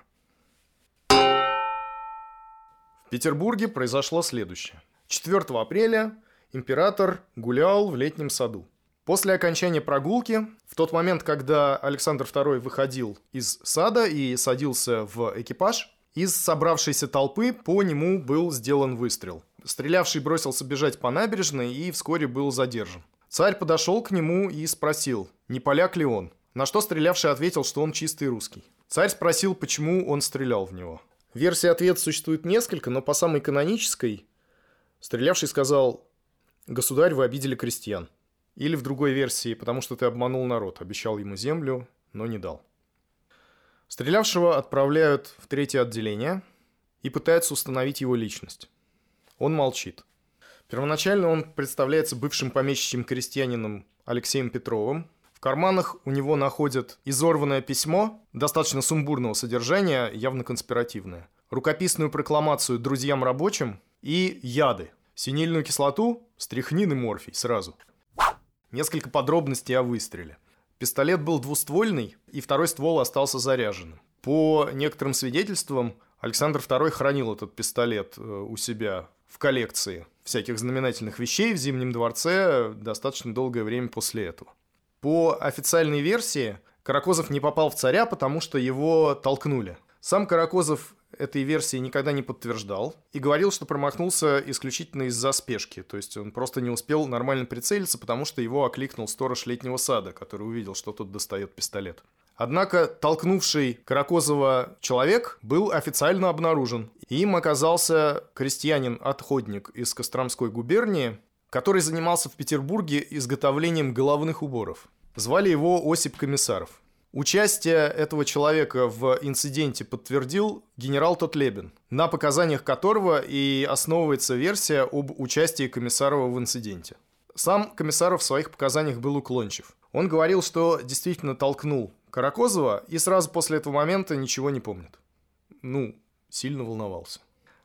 A: В Петербурге произошло следующее. 4 апреля император гулял в летнем саду. После окончания прогулки, в тот момент, когда Александр II выходил из сада и садился в экипаж, из собравшейся толпы по нему был сделан выстрел. Стрелявший бросился бежать по набережной и вскоре был задержан. Царь подошел к нему и спросил, не поляк ли он, на что стрелявший ответил, что он чистый русский. Царь спросил, почему он стрелял в него. Версий ответа существует несколько, но по самой канонической стрелявший сказал, «Государь, вы обидели крестьян». Или в другой версии, потому что ты обманул народ, обещал ему землю, но не дал. Стрелявшего отправляют в 3-е отделение и пытаются установить его личность. Он молчит. Первоначально он представляется бывшим помещичьим крестьянином Алексеем Петровым. В карманах у него находят изорванное письмо, достаточно сумбурного содержания, явно конспиративное, рукописную прокламацию друзьям рабочим и яды, синильную кислоту, стрихнин и морфий сразу. Несколько подробностей о выстреле. Пистолет был двуствольный, и второй ствол остался заряженным. По некоторым свидетельствам, Александр II хранил этот пистолет у себя в коллекции всяких знаменательных вещей в Зимнем дворце достаточно долгое время после этого. По официальной версии, Каракозов не попал в царя, потому что его толкнули. Сам Каракозов этой версии никогда не подтверждал и говорил, что промахнулся исключительно из-за спешки. То есть он просто не успел нормально прицелиться, потому что его окликнул сторож летнего сада, который увидел, что тот достает пистолет. Однако толкнувший Каракозова человек был официально обнаружен. И им оказался крестьянин-отходник из Костромской губернии, который занимался в Петербурге изготовлением головных уборов. Звали его Осип Комиссаров. Участие этого человека в инциденте подтвердил генерал Тотлебин, на показаниях которого и основывается версия об участии Комиссарова в инциденте. Сам Комиссаров в своих показаниях был уклончив. Он говорил, что действительно толкнул Каракозова и сразу после этого момента ничего не помнит. Сильно волновался.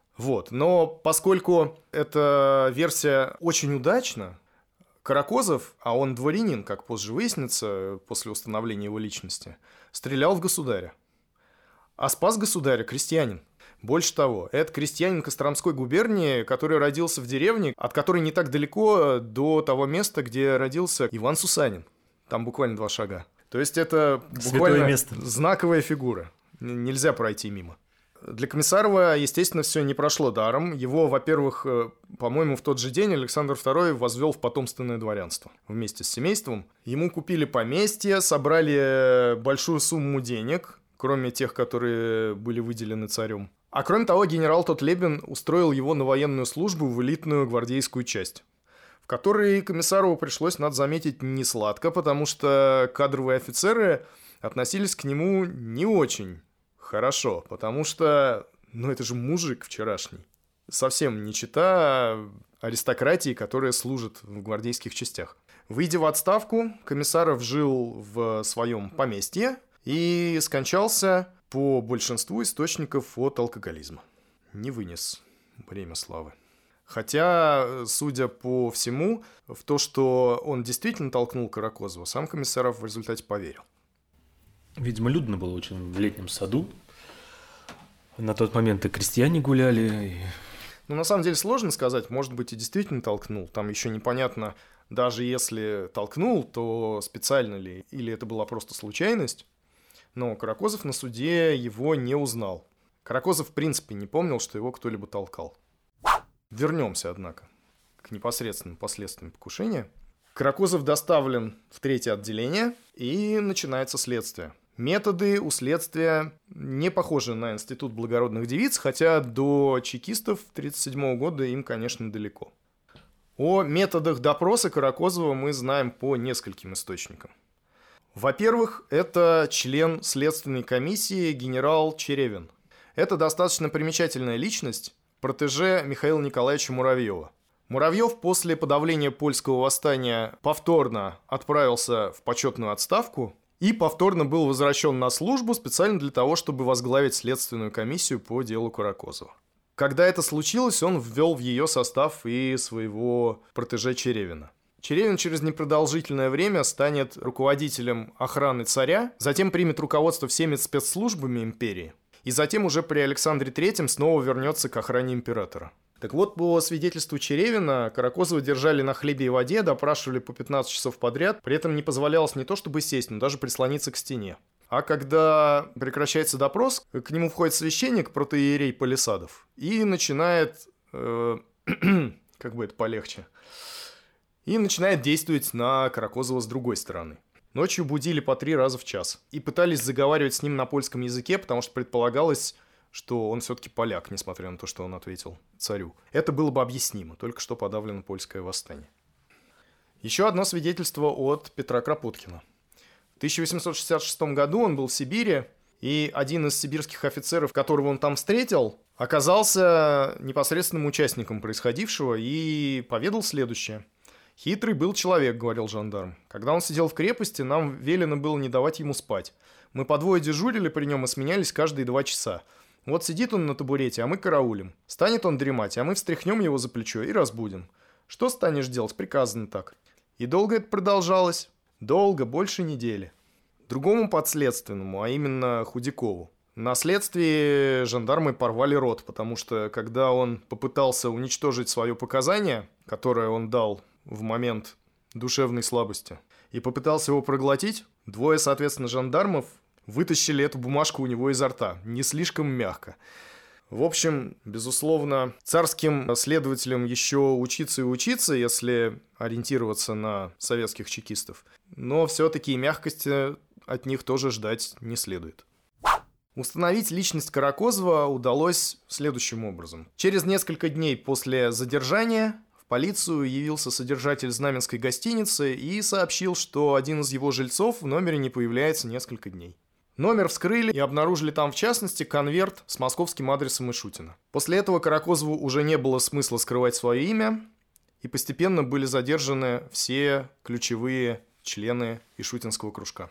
A: Но поскольку эта версия очень удачна, Каракозов, а он дворянин, как позже выяснится, после установления его личности, стрелял в государя. А спас государя крестьянин. Больше того, это крестьянин Костромской губернии, который родился в деревне, от которой не так далеко до того места, где родился Иван Сусанин. Там буквально 2 шага. То есть это буквально место. Знаковая фигура. Нельзя пройти мимо. Для Комиссарова, естественно, все не прошло даром. Его, во-первых, по-моему, в тот же день Александр II возвел в потомственное дворянство вместе с семейством. Ему купили поместье, собрали большую сумму денег, кроме тех, которые были выделены царем. А кроме того, генерал Тотлебин устроил его на военную службу в элитную гвардейскую часть, в которой Комиссарову пришлось, надо заметить, не сладко, потому что кадровые офицеры относились к нему не очень хорошо, потому что, это же мужик вчерашний. Совсем не чета аристократии, которая служит в гвардейских частях. Выйдя в отставку, Комиссаров жил в своем поместье и скончался по большинству источников от алкоголизма. Не вынес бремя славы. Хотя, судя по всему, в то, что он действительно толкнул Каракозова, сам Комиссаров в результате поверил.
B: Видимо, людно было очень в летнем саду. На тот момент и крестьяне гуляли.
A: Ну, на самом деле сложно сказать, может быть, и действительно толкнул. Там еще непонятно, даже если толкнул, то специально ли, или это была просто случайность. Но Каракозов на суде его не узнал. Каракозов, в принципе, не помнил, что его кто-либо толкал. Вернемся, однако, к непосредственным последствиям покушения. Каракозов доставлен в 3-е отделение, и начинается следствие. Методы у следствия не похожи на институт благородных девиц, хотя до чекистов 1937 года им, конечно, далеко. О методах допроса Каракозова мы знаем по нескольким источникам. Во-первых, это член следственной комиссии генерал Черевин. Это достаточно примечательная личность, протеже Михаила Николаевича Муравьева. Муравьев после подавления польского восстания повторно отправился в почетную отставку и повторно был возвращен на службу специально для того, чтобы возглавить следственную комиссию по делу Каракозова. Когда это случилось, он ввел в ее состав и своего протеже Черевина. Черевин через непродолжительное время станет руководителем охраны царя, затем примет руководство всеми спецслужбами империи, и затем уже при Александре III снова вернется к охране императора. Так вот, по свидетельству Черевина, Каракозова держали на хлебе и воде, допрашивали по 15 часов подряд, при этом не позволялось не то чтобы сесть, но даже прислониться к стене. А когда прекращается допрос, к нему входит священник, протоиерей Палисадов, и начинает, как бы это полегче, и начинает действовать на Каракозова с другой стороны. Ночью будили по 3 раза в час и пытались заговаривать с ним на польском языке, потому что предполагалось, что он все-таки поляк, несмотря на то, что он ответил царю. Это было бы объяснимо, только что подавлено польское восстание. Еще одно свидетельство от Петра Кропоткина. В 1866 году он был в Сибири, и один из сибирских офицеров, которого он там встретил, оказался непосредственным участником происходившего и поведал следующее. «Хитрый был человек», — говорил жандарм. «Когда он сидел в крепости, нам велено было не давать ему спать. Мы по 2 дежурили при нем и сменялись каждые 2 часа. Вот сидит он на табурете, а мы караулим. Станет он дремать, а мы встряхнем его за плечо и разбудим. Что станешь делать? Приказано так». И долго это продолжалось? Долго, больше недели. Другому подследственному, а именно Худякову, на следствии жандармы порвали рот, потому что когда он попытался уничтожить свое показание, которое он дал в момент душевной слабости, и попытался его проглотить, 2, соответственно, жандармов вытащили эту бумажку у него изо рта, не слишком мягко. В общем, безусловно, царским следователям еще учиться и учиться, если ориентироваться на советских чекистов, но все-таки и мягкости от них тоже ждать не следует. Установить личность Каракозова удалось следующим образом. Через несколько дней после задержания в полицию явился содержатель Знаменской гостиницы и сообщил, что один из его жильцов в номере не появляется несколько дней. Номер вскрыли и обнаружили там, в частности, конверт с московским адресом Ишутина. После этого Каракозову уже не было смысла скрывать свое имя, и постепенно были задержаны все ключевые члены Ишутинского кружка.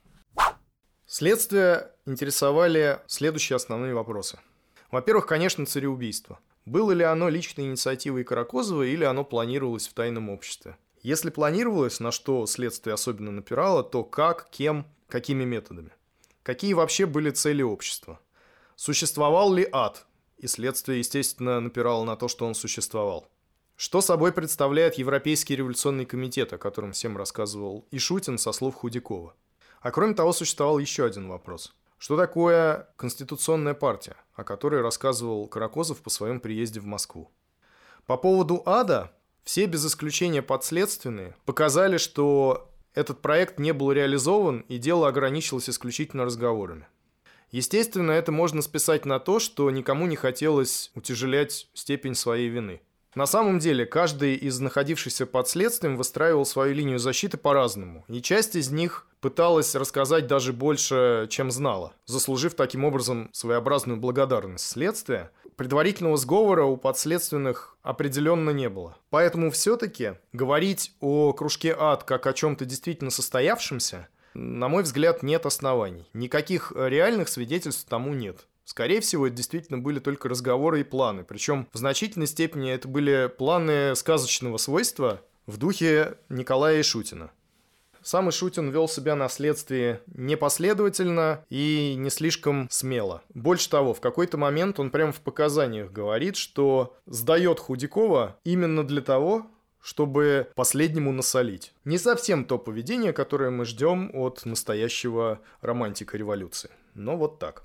A: Следствие интересовали следующие основные вопросы. Во-первых, конечно, цареубийство. Было ли оно личной инициативой Каракозова или оно планировалось в тайном обществе? Если планировалось, на что следствие особенно напирало, то как, кем, какими методами? Какие вообще были цели общества? Существовал ли ад? И следствие, естественно, напирало на то, что он существовал. Что собой представляет Европейский революционный комитет, о котором всем рассказывал Ишутин со слов Худякова? А кроме того, существовал еще один вопрос. Что такое конституционная партия, о которой рассказывал Каракозов по своем приезде в Москву? По поводу ада все без исключения подследственные показали, что этот проект не был реализован, и дело ограничилось исключительно разговорами. Естественно, это можно списать на то, что никому не хотелось утяжелять степень своей вины. На самом деле, каждый из находившихся под следствием выстраивал свою линию защиты по-разному, и часть из них пыталась рассказать даже больше, чем знала, заслужив таким образом своеобразную благодарность следствия. Предварительного сговора у подследственных определенно не было. Поэтому все-таки говорить о кружке «Ад» как о чем-то действительно состоявшемся, на мой взгляд, нет оснований. Никаких реальных свидетельств тому нет. Скорее всего, это действительно были только разговоры и планы. Причем в значительной степени это были планы сказочного свойства в духе Николая Ишутина. сам Ишутин вел себя на следствии непоследовательно и не слишком смело. Больше того, в какой-то момент он прямо в показаниях говорит, что сдает Худякова именно для того, чтобы последнему насолить. Не совсем то поведение, которое мы ждем от настоящего романтика революции. Но вот так.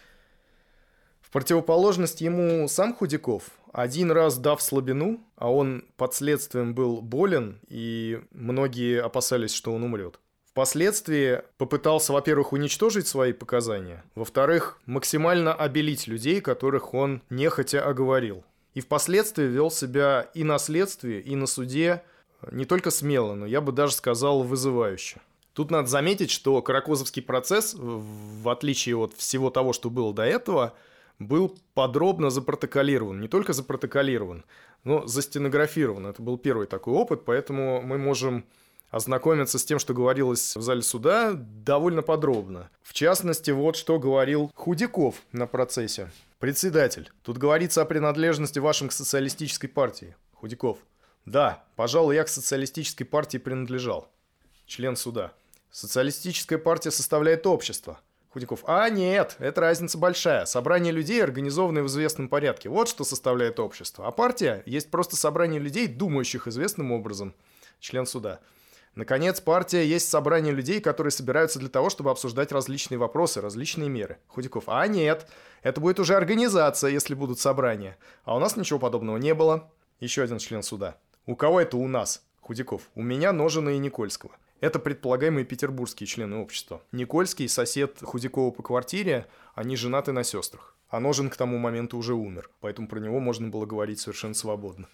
A: В противоположность ему сам Худяков, один раз дав слабину, а он под следствием был болен, и многие опасались, что он умрет, впоследствии попытался, во-первых, уничтожить свои показания, во-вторых, максимально обелить людей, которых он нехотя оговорил. И впоследствии вел себя и на следствии, и на суде не только смело, но я бы даже сказал вызывающе. Тут надо заметить, что Каракозовский процесс, в отличие от всего того, что было до этого, был подробно запротоколирован. Не только запротоколирован, но застенографирован. Это был первый такой опыт, поэтому мы можем ознакомиться с тем, что говорилось в зале суда, довольно подробно. В частности, вот что говорил Худяков на процессе. Председатель, тут говорится о принадлежности вашим к социалистической партии. Худяков. Да, пожалуй, я к социалистической партии принадлежал. Член суда. Социалистическая партия составляет общество. Худяков. А нет, это разница большая. Собрание людей, организованное в известном порядке. Вот что составляет общество. А партия есть просто собрание людей, думающих известным образом. Член суда. Наконец, партия есть собрание людей, которые собираются для того, чтобы обсуждать различные вопросы, различные меры. Худяков. А нет, это будет уже организация, если будут собрания. А у нас ничего подобного не было. Еще один член суда. У кого это у нас? Худяков. У меня, Ножина и Никольского. Это предполагаемые петербургские члены общества. Никольский – сосед Худякова по квартире, они женаты на сестрах. А Ножин к тому моменту уже умер, поэтому про него можно было говорить совершенно свободно.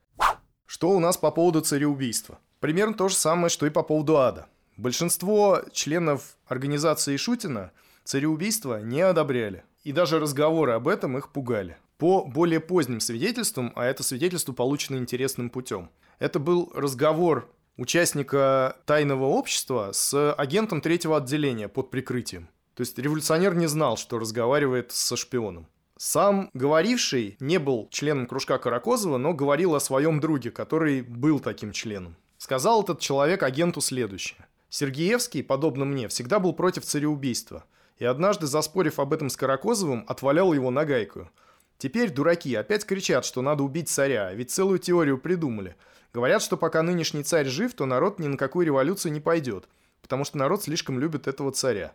A: Что у нас по поводу цареубийства? Примерно то же самое, что и по поводу ада. Большинство членов организации Ишутина цареубийство не одобряли. И даже разговоры об этом их пугали. По более поздним свидетельствам, а это свидетельство получено интересным путем. Это был разговор участника тайного общества с агентом третьего отделения под прикрытием. То есть революционер не знал, что разговаривает со шпионом. Сам говоривший не был членом кружка Каракозова, но говорил о своем друге, который был таким членом. Сказал этот человек агенту следующее. Сергеевский, подобно мне, всегда был против цареубийства. И однажды, заспорив об этом с Каракозовым, отвалял его нагайкою. Теперь дураки опять кричат, что надо убить царя, ведь целую теорию придумали. Говорят, что пока нынешний царь жив, то народ ни на какую революцию не пойдет, потому что народ слишком любит этого царя.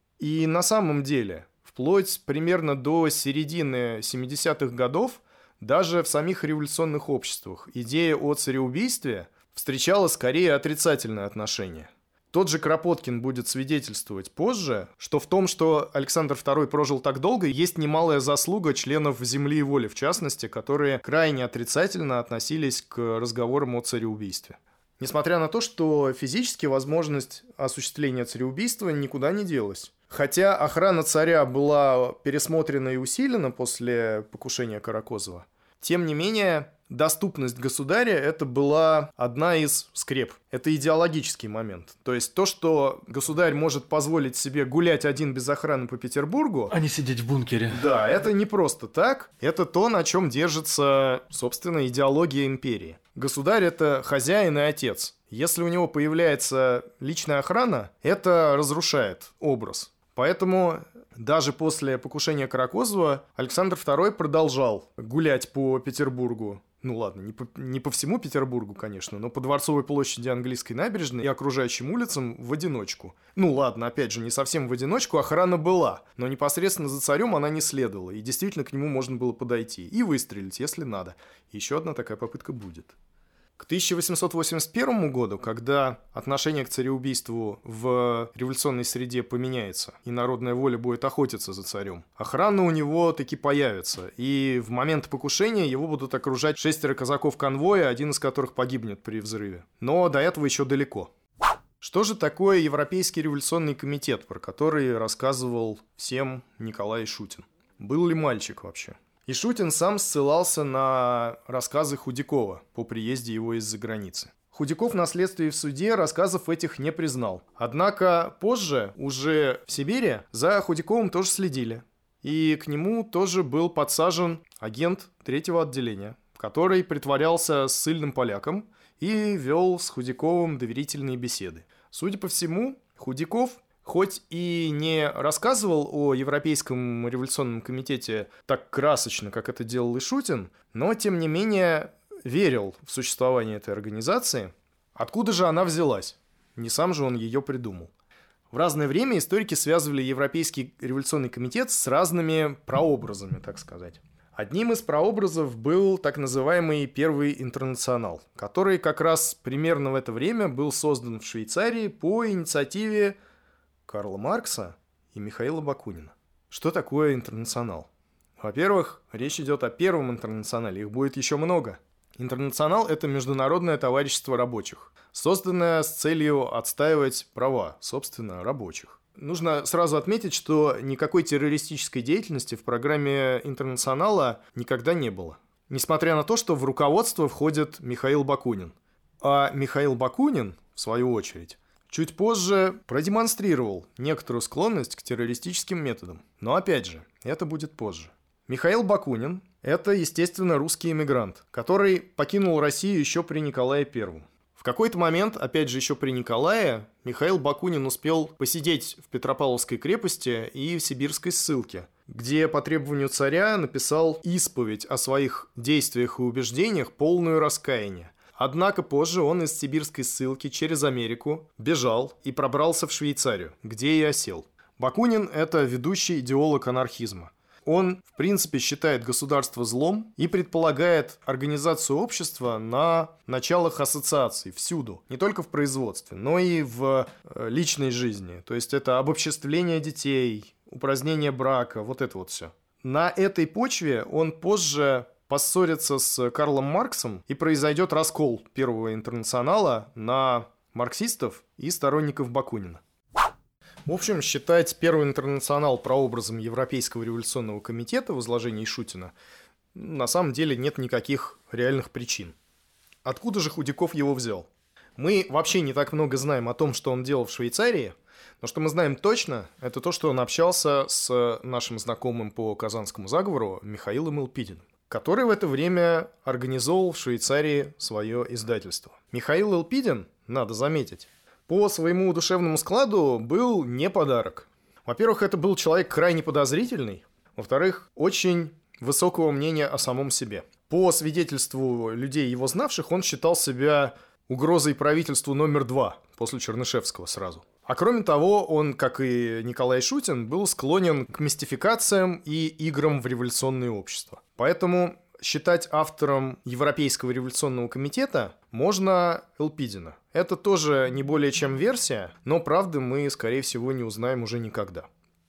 A: И на самом деле, вплоть примерно до середины 70-х годов, даже в самих революционных обществах идея о цареубийстве встречала скорее отрицательное отношение. Тот же Кропоткин будет свидетельствовать позже, что в том, что Александр II прожил так долго, есть немалая заслуга членов «Земли и воли», в частности, которые крайне отрицательно относились к разговорам о цареубийстве. Несмотря на то, что физически возможность осуществления цареубийства никуда не делась. Хотя охрана царя была пересмотрена и усилена после покушения Каракозова, тем не менее, доступность государя – это была одна из скреп. Это идеологический момент. То есть то, что государь может позволить себе гулять один без охраны по Петербургу…
B: А не сидеть в бункере.
A: Да, это не просто так. Это то, на чем держится, собственно, идеология империи. Государь – это хозяин и отец. Если у него появляется личная охрана, это разрушает образ. Поэтому даже после покушения Каракозова Александр II продолжал гулять по Петербургу. Ну ладно, не по всему Петербургу, конечно, но по Дворцовой площади, Английской набережной и окружающим улицам в одиночку. Ну ладно, опять же, не совсем в одиночку, охрана была, но непосредственно за царем она не следовала, и действительно к нему можно было подойти и выстрелить, если надо. Еще одна такая попытка будет. К 1881 году, когда отношение к цареубийству в революционной среде поменяется, и народная воля будет охотиться за царем, охрана у него таки появится, и в момент покушения его будут окружать 6 казаков конвоя, один из которых погибнет при взрыве. Но до этого еще далеко. Что же такое Европейский революционный комитет, про который рассказывал всем Николай Ишутин? Был ли мальчик вообще? Ишутин сам ссылался на рассказы Худякова по приезде его из-за границы. Худяков на следствии в суде рассказов этих не признал. Однако позже, уже в Сибири, за Худяковым тоже следили. И к нему тоже был подсажен агент третьего отделения, который притворялся ссыльным поляком и вел с Худяковым доверительные беседы. Судя по всему, Худяков хоть и не рассказывал о Европейском революционном комитете так красочно, как это делал Ишутин, но, тем не менее, верил в существование этой организации. Откуда же она взялась? Не сам же он ее придумал. В разное время историки связывали Европейский революционный комитет с разными прообразами, так сказать. Одним из прообразов был так называемый Первый интернационал, который как раз примерно в это время был создан в Швейцарии по инициативе Карла Маркса и Михаила Бакунина. Что такое интернационал? Во-первых, речь идет о Первом интернационале, их будет еще много. Интернационал – это международное товарищество рабочих, созданное с целью отстаивать права, собственно, рабочих. Нужно сразу отметить, что никакой террористической деятельности в программе Интернационала никогда не было. Несмотря на то, что в руководство входит Михаил Бакунин. А Михаил Бакунин, в свою очередь, чуть позже продемонстрировал некоторую склонность к террористическим методам. Но опять же, это будет позже. Михаил Бакунин – это, естественно, русский эмигрант, который покинул Россию еще при Николае I. В какой-то момент, опять же, еще при Николае, Михаил Бакунин успел посидеть в Петропавловской крепости и в сибирской ссылке, где по требованию царя написал исповедь о своих действиях и убеждениях, полную раскаяния. Однако позже он из сибирской ссылки через Америку бежал и пробрался в Швейцарию, где и осел. Бакунин – это ведущий идеолог анархизма. Он, в принципе, считает государство злом и предполагает организацию общества на началах ассоциаций всюду, не только в производстве, но и в личной жизни. То есть это обобществление детей, упразднение брака, вот это вот все. На этой почве он позже поссорится с Карлом Марксом и произойдет раскол Первого интернационала на марксистов и сторонников Бакунина. В общем, считать Первый интернационал прообразом Европейского революционного комитета в изложении Ишутина на самом деле нет никаких реальных причин. Откуда же Худяков его взял? Мы вообще не так много знаем о том, что он делал в Швейцарии, но что мы знаем точно, это то, что он общался с нашим знакомым по Казанскому заговору Михаилом Элпидиным, который в это время организовал в Швейцарии свое издательство. Михаил Элпидин, надо заметить, по своему душевному складу был не подарок. Во-первых, это был человек крайне подозрительный. Во-вторых, очень высокого мнения о самом себе. По свидетельству людей, его знавших, он считал себя угрозой правительству номер 2 после Чернышевского сразу. А кроме того, он, как и Николай Ишутин, был склонен к мистификациям и играм в революционное общество. Поэтому считать автором Европейского революционного комитета можно Элпидина. Это тоже не более чем версия, но правды мы, скорее всего, не узнаем уже никогда.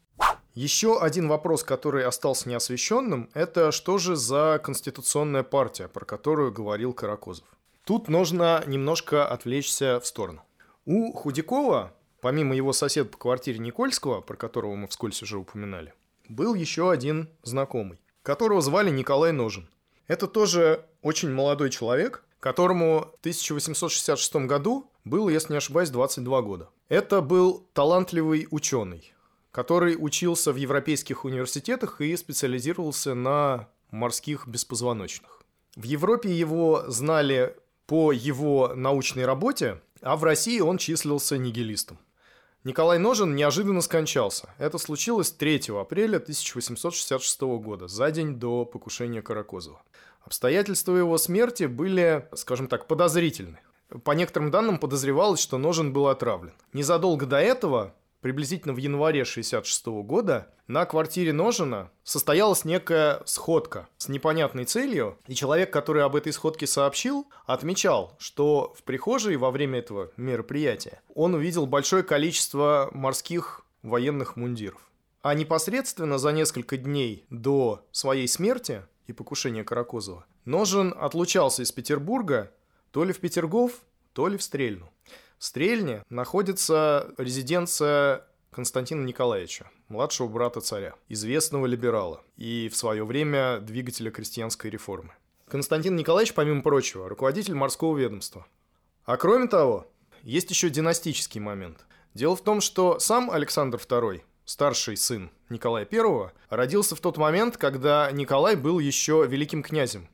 A: Еще один вопрос, который остался неосвещенным, это что же за конституционная партия, про которую говорил Каракозов. Тут нужно немножко отвлечься в сторону. У Худякова, помимо его соседа по квартире Никольского, про которого мы вскользь уже упоминали, был еще один знакомый, которого звали Николай Ножин. Это тоже очень молодой человек, которому в 1866 году было, если не ошибаюсь, 22 года. Это был талантливый ученый, который учился в европейских университетах и специализировался на морских беспозвоночных. В Европе его знали по его научной работе, а в России он числился нигилистом. Николай Ножин неожиданно скончался. Это случилось 3 апреля 1866 года, за день до покушения Каракозова. Обстоятельства его смерти были, скажем так, подозрительны. По некоторым данным подозревалось, что Ножин был отравлен. Незадолго до этого, приблизительно в январе 1966 года, на квартире Ножина состоялась некая сходка с непонятной целью, и человек, который об этой сходке сообщил, отмечал, что в прихожей во время этого мероприятия он увидел большое количество морских военных мундиров. А непосредственно за несколько дней до своей смерти и покушения Каракозова Ножин отлучался из Петербурга то ли в Петергоф, то ли в Стрельну. В Стрельне находится резиденция Константина Николаевича, младшего брата царя, известного либерала и в свое время двигателя крестьянской реформы. Константин Николаевич, помимо прочего, руководитель морского ведомства. А кроме того, есть еще династический момент. Дело в том, что сам Александр II, старший сын Николая I, родился в тот момент, когда Николай был еще великим князем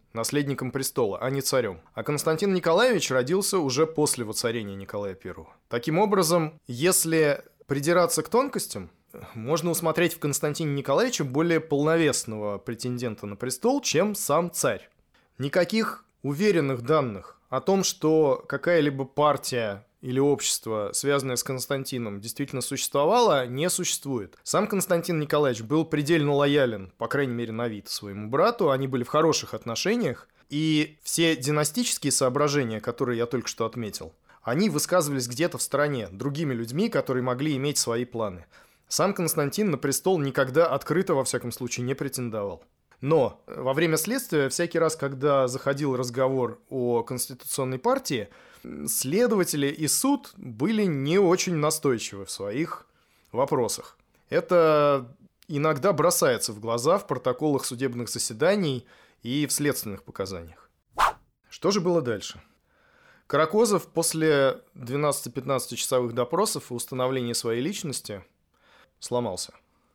A: наследником престола, а не царем. А Константин Николаевич родился уже после воцарения Николая I. Таким образом, если придираться к тонкостям, можно усмотреть в Константине Николаевиче более полновесного претендента на престол, чем сам царь. Никаких уверенных данных о том, что какая-либо партия или общество, связанное с Константином, действительно существовало, не существует. Сам Константин Николаевич был предельно лоялен, по крайней мере, на вид, своему брату. Они были в хороших отношениях. И все династические соображения, которые я только что отметил, они высказывались где-то в стороне, другими людьми, которые могли иметь свои планы. Сам Константин на престол никогда открыто, во всяком случае, не претендовал. Но во время следствия, всякий раз, когда заходил разговор о конституционной партии, следователи и суд были не очень настойчивы в своих вопросах. Это иногда бросается в глаза в протоколах судебных заседаний и в следственных показаниях. Что же было дальше? Каракозов после 12-15 часовых допросов и установления своей личности сломался.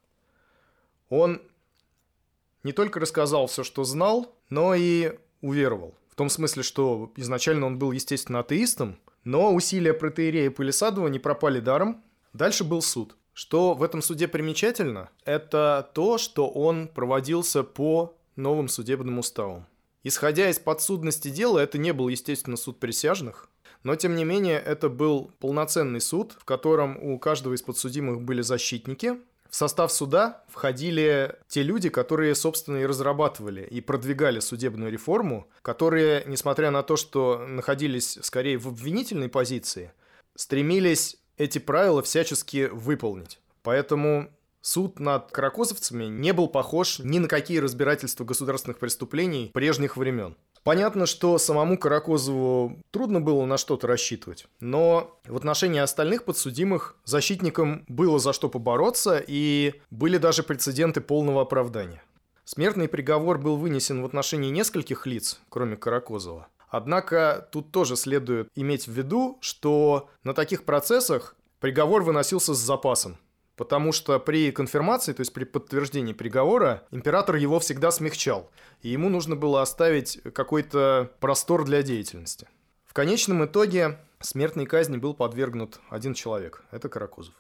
A: Он не только рассказал все, что знал, но и уверовал. В том смысле, что изначально он был, естественно, атеистом, но усилия протоиерея Палисадова не пропали даром. Дальше был суд. Что в этом суде примечательно, это то, что он проводился по новым судебным уставам. Исходя из подсудности дела, это не был, естественно, суд присяжных, но, тем не менее, это был полноценный суд, в котором у каждого из подсудимых были защитники. В состав суда входили те люди, которые, собственно, и разрабатывали и продвигали судебную реформу, которые, несмотря на то, что находились скорее в обвинительной позиции, стремились эти правила всячески выполнить. Поэтому суд над каракозовцами не был похож ни на какие разбирательства государственных преступлений прежних времен. Понятно, что самому Каракозову трудно было на что-то рассчитывать, но в отношении остальных подсудимых защитникам было за что побороться, и были даже прецеденты полного оправдания. Смертный приговор был вынесен в отношении нескольких лиц, кроме Каракозова. Однако тут тоже следует иметь в виду, что на таких процессах приговор выносился с запасом. Потому что при конфирмации, то есть при подтверждении приговора, император его всегда смягчал, и ему нужно было оставить какой-то простор для деятельности. В конечном итоге смертной казни был подвергнут один человек – это Каракозов.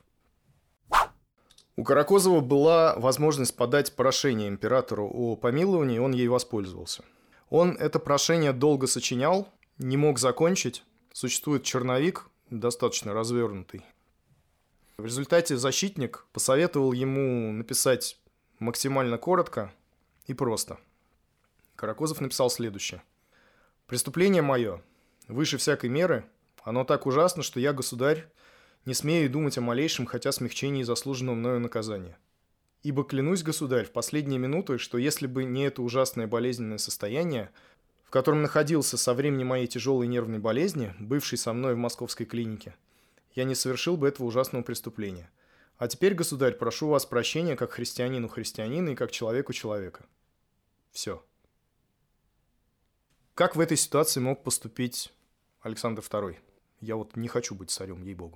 A: У Каракозова была возможность подать прошение императору о помиловании, и он ей воспользовался. Он это прошение долго сочинял, не мог закончить, существует черновик, достаточно развернутый. В результате защитник посоветовал ему написать максимально коротко и просто. Каракозов написал следующее. «Преступление мое, выше всякой меры, оно так ужасно, что я, государь, не смею думать о малейшем, хотя смягчении заслуженного мною наказания. Ибо клянусь, государь, в последние минуты, что если бы не это ужасное болезненное состояние, в котором находился со времени моей тяжелой нервной болезни, бывшей со мной в московской клинике, я не совершил бы этого ужасного преступления. А теперь, государь, прошу вас прощения как христианину христианина и как человеку человека». Все. Как в этой ситуации мог поступить Александр II? Я вот не хочу быть царем, ей-богу.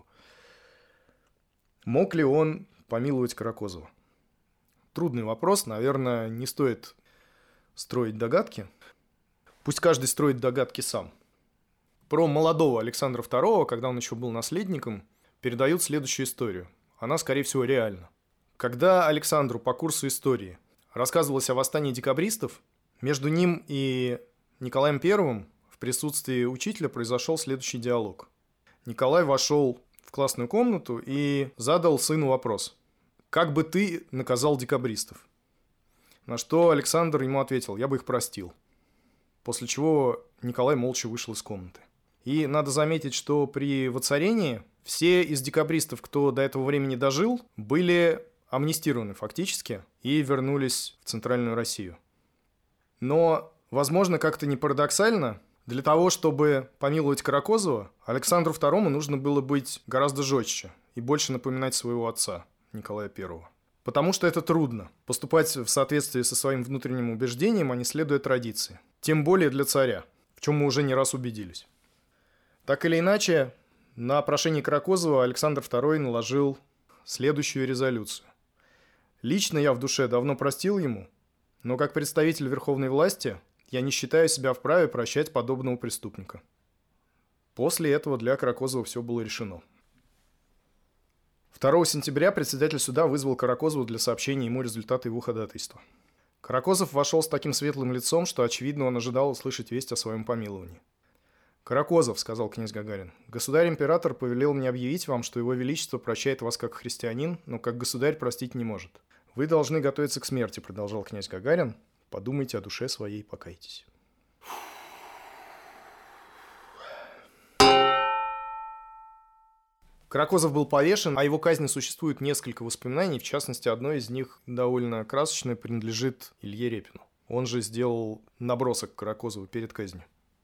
A: Мог ли он помиловать Каракозова? Трудный вопрос, наверное, не стоит строить догадки. Пусть каждый строит догадки сам. Про молодого Александра II, когда он еще был наследником, передают следующую историю. Она, скорее всего, реальна. Когда Александру по курсу истории рассказывалось о восстании декабристов, между ним и Николаем I в присутствии учителя произошел следующий диалог. Николай вошел в классную комнату и задал сыну вопрос. «Как бы ты наказал декабристов?» На что Александр ему ответил: «Я бы их простил». После чего Николай молча вышел из комнаты. И надо заметить, что при воцарении все из декабристов, кто до этого времени дожил, были амнистированы фактически и вернулись в Центральную Россию. Но, возможно, как-то не парадоксально, для того, чтобы помиловать Каракозова, Александру II нужно было быть гораздо жестче и больше напоминать своего отца, Николая I. Потому что это трудно. Поступать в соответствии со своим внутренним убеждением, а не следуя традиции. Тем более для царя, в чем мы уже не раз убедились. Так или иначе, на прошение Каракозова Александр II наложил следующую резолюцию. «Лично я в душе давно простил ему, но как представитель верховной власти Я не считаю себя вправе прощать подобного преступника. После этого для Каракозова все было решено. 2 сентября председатель суда вызвал Каракозова для сообщения ему результата его ходатайства. Каракозов вошел с таким светлым лицом, что, очевидно, он ожидал услышать весть о своем помиловании. «Каракозов», — сказал князь Гагарин, — «государь-император повелел мне объявить вам, что его величество прощает вас как христианин, но как государь простить не может. Вы должны готовиться к смерти», — продолжал князь Гагарин. «Подумайте о душе своей, покайтесь». Каракозов был повешен, о его казни существует несколько воспоминаний, в частности, одно из них довольно красочное, принадлежит Илье Репину. Он же сделал набросок Каракозова перед казнью.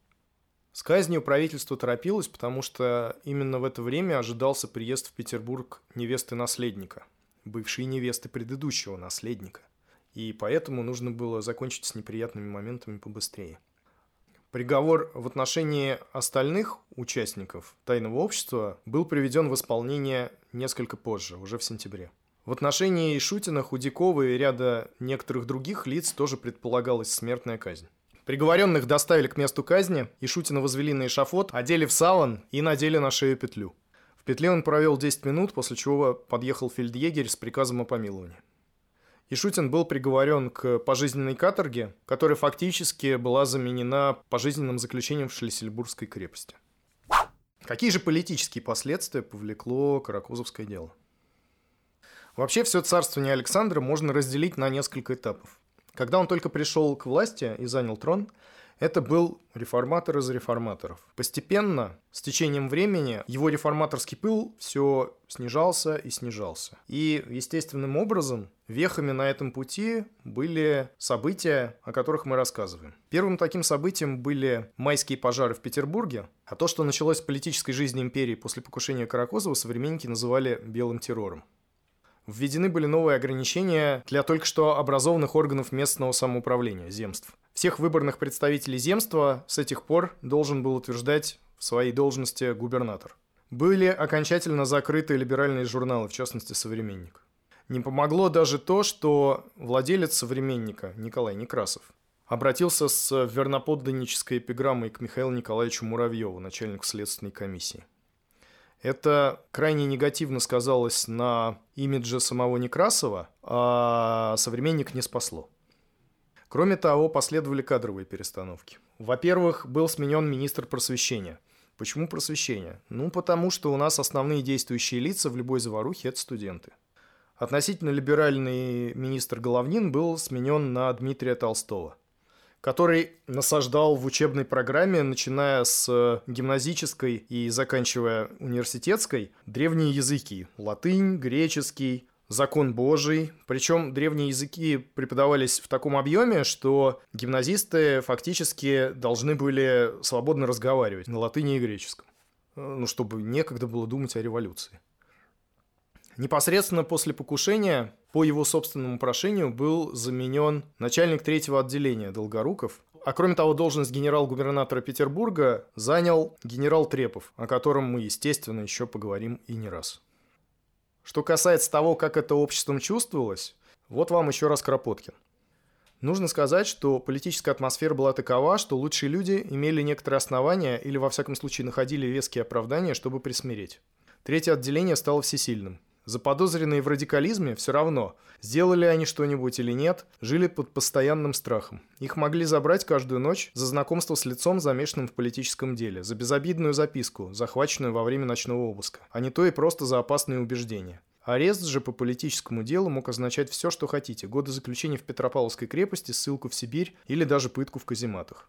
A: С казнью правительство торопилось, потому что именно в это время ожидался приезд в Петербург невесты наследника, бывшей невесты предыдущего наследника, и поэтому нужно было закончить с неприятными моментами побыстрее. Приговор в отношении остальных участников тайного общества был приведен в исполнение несколько позже, уже в сентябре. В отношении Ишутина, Худякова и ряда некоторых других лиц тоже предполагалась смертная казнь. Приговоренных доставили к месту казни, Ишутина возвели на эшафот, одели в саван и надели на шею петлю. В петле он провел 10 минут, после чего подъехал фельдъегерь с приказом о помиловании. Ишутин был приговорен к пожизненной каторге, которая фактически была заменена пожизненным заключением в Шлиссельбургской крепости. Какие же политические последствия повлекло Каракозовское дело? Вообще, все царствование Александра можно разделить на несколько этапов. Когда он только пришел к власти и занял трон, это был реформатор из реформаторов. Постепенно, с течением времени, его реформаторский пыл все снижался и снижался. И, естественным образом, вехами на этом пути были события, о которых мы рассказываем. Первым таким событием были майские пожары в Петербурге, а то, что началось в политической жизни империи после покушения Каракозова, современники называли «белым террором». Введены были новые ограничения для только что образованных органов местного самоуправления, земств. Всех выборных представителей земства с этих пор должен был утверждать в своей должности губернатор. Были окончательно закрыты либеральные журналы, в частности «Современник». Не помогло даже то, что владелец «Современника» Николай Некрасов обратился с верноподданнической эпиграммой к Михаилу Николаевичу Муравьеву, начальнику следственной комиссии. Это крайне негативно сказалось на имидже самого Некрасова, а «Современник» не спасло. Кроме того, последовали кадровые перестановки. Во-первых, был сменен министр просвещения. Почему просвещения? Потому что у нас основные действующие лица в любой заварухе – это студенты. Относительно либеральный министр Головнин был сменен на Дмитрия Толстого, который насаждал в учебной программе, начиная с гимназической и заканчивая университетской, древние языки – латынь, греческий, закон Божий. Причем древние языки преподавались в таком объеме, что гимназисты фактически должны были свободно разговаривать на латыни и греческом, чтобы некогда было думать о революции. Непосредственно после покушения, по его собственному прошению, был заменен начальник 3-го отделения Долгоруков. А кроме того, должность генерал-губернатора Петербурга занял генерал Трепов, о котором мы, естественно, еще поговорим и не раз. Что касается того, как это обществом чувствовалось, вот вам еще раз Кропоткин. Нужно сказать, что политическая атмосфера была такова, что лучшие люди имели некоторые основания или, во всяком случае, находили веские оправдания, чтобы присмиреть. 3-е отделение стало всесильным. Заподозренные в радикализме все равно, сделали они что-нибудь или нет, жили под постоянным страхом. Их могли забрать каждую ночь за знакомство с лицом, замешанным в политическом деле, за безобидную записку, захваченную во время ночного обыска, а не то и просто за опасные убеждения. Арест же по политическому делу мог означать все, что хотите: годы заключения в Петропавловской крепости, ссылку в Сибирь или даже пытку в казематах.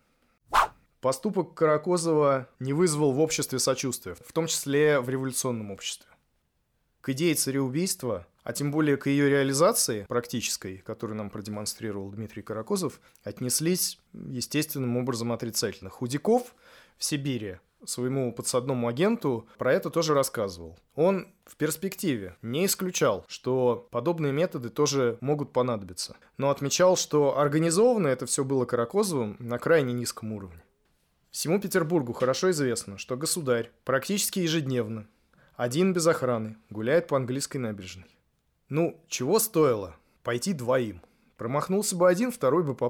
A: Поступок Каракозова не вызвал в обществе сочувствия, в том числе в революционном обществе. К идее цареубийства, а тем более к ее реализации практической, которую нам продемонстрировал Дмитрий Каракозов, отнеслись естественным образом отрицательно. Худяков в Сибири своему подсадному агенту про это тоже рассказывал. Он в перспективе не исключал, что подобные методы тоже могут понадобиться, но отмечал, что организованно это все было Каракозовым на крайне низком уровне. Всему Петербургу хорошо известно, что государь практически ежедневно, один без охраны, гуляет по английской набережной. Чего стоило пойти двоим? Промахнулся бы один, второй бы попал.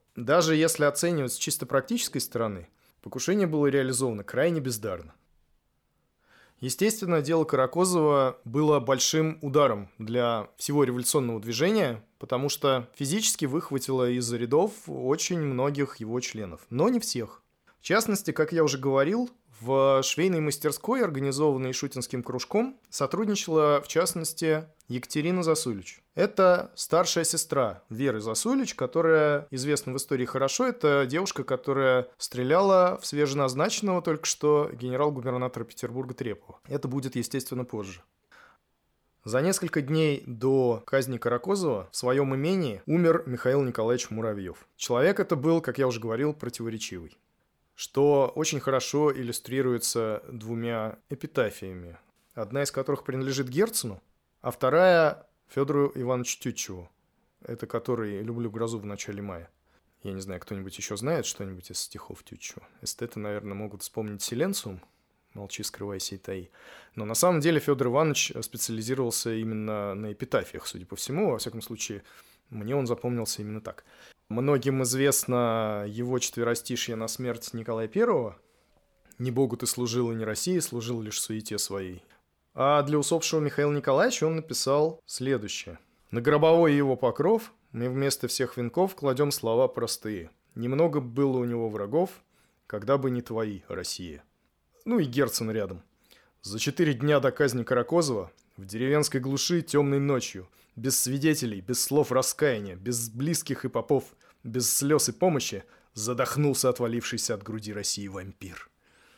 A: Даже если оценивать с чисто практической стороны, покушение было реализовано крайне бездарно. Естественно, дело Каракозова было большим ударом для всего революционного движения, потому что физически выхватило из рядов очень многих его членов, но не всех. В частности, как я уже говорил, в швейной мастерской, организованной Ишутинским кружком, сотрудничала, в частности, Екатерина Засулич. Это старшая сестра Веры Засулич, которая известна в истории хорошо. Это девушка, которая стреляла в свеженазначенного только что генерал-губернатора Петербурга Трепова. Это будет, естественно, позже. За несколько дней до казни Каракозова в своем имении умер Михаил Николаевич Муравьев. Человек это был, как я уже говорил, противоречивый, что очень хорошо иллюстрируется двумя эпитафиями, одна из которых принадлежит Герцену, а вторая Федору Ивановичу Тютчеву, это который «Люблю грозу в начале мая». Я не знаю, кто-нибудь еще знает что-нибудь из стихов Тютчева. Эстеты, наверное, могут вспомнить «Силенциум», «Молчи, скрывайся и таи». Но на самом деле Федор Иванович специализировался именно на эпитафиях, судя по всему. Во всяком случае, мне он запомнился именно так. Многим известно его четверостишье на смерть Николая I. «Не Богу ты служил и не России, служил лишь суете своей». А для усопшего Михаила Николаевича он написал следующее. «На гробовой его покров мы вместо всех венков кладем слова простые. Немного было у него врагов, когда бы не твои, Россия». Ну и Герцен рядом. «За 4 дня до казни Каракозова в деревенской глуши темной ночью, без свидетелей, без слов раскаяния, без близких и попов, без слез и помощи, задохнулся отвалившийся от груди России вампир».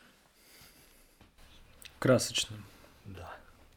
B: Красочно.
A: Да.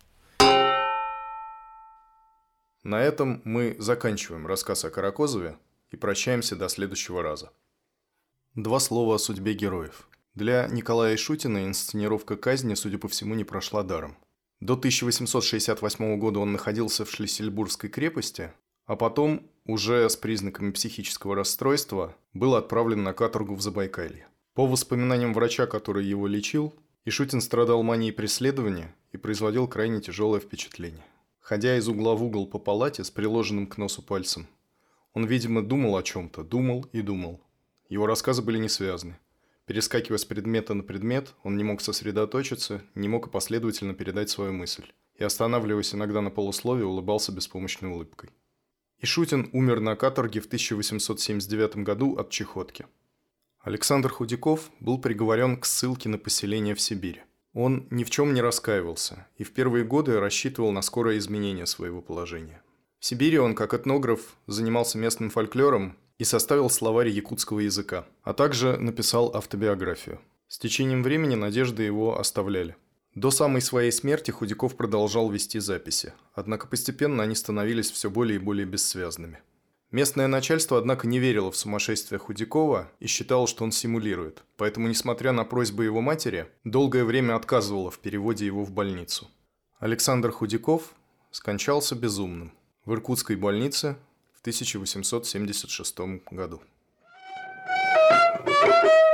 A: На этом мы заканчиваем рассказ о Каракозове и прощаемся до следующего раза. 2 слова о судьбе героев. Для Николая Ишутина инсценировка казни, судя по всему, не прошла даром. До 1868 года он находился в Шлиссельбургской крепости, а потом, уже с признаками психического расстройства, был отправлен на каторгу в Забайкалье. По воспоминаниям врача, который его лечил, Ишутин страдал манией преследования и производил крайне тяжелое впечатление. Ходя из угла в угол по палате с приложенным к носу пальцем, он, видимо, думал о чем-то, думал и думал. Его рассказы были не связаны. Перескакивая с предмета на предмет, он не мог сосредоточиться, не мог и последовательно передать свою мысль. И, останавливаясь иногда на полусловие, улыбался беспомощной улыбкой. Ишутин умер на каторге в 1879 году от чехотки. Александр Худяков был приговорен к ссылке на поселение в Сибири. Он ни в чем не раскаивался и в первые годы рассчитывал на скорое изменение своего положения. В Сибири он, как этнограф, занимался местным фольклором и составил словарь якутского языка, а также написал автобиографию. С течением времени надежды его оставляли. До самой своей смерти Худяков продолжал вести записи, однако постепенно они становились все более и более бессвязными. Местное начальство, однако, не верило в сумасшествие Худякова и считало, что он симулирует, поэтому, несмотря на просьбы его матери, долгое время отказывало в переводе его в больницу. Александр Худяков скончался безумным в Иркутской больнице в 1876 году.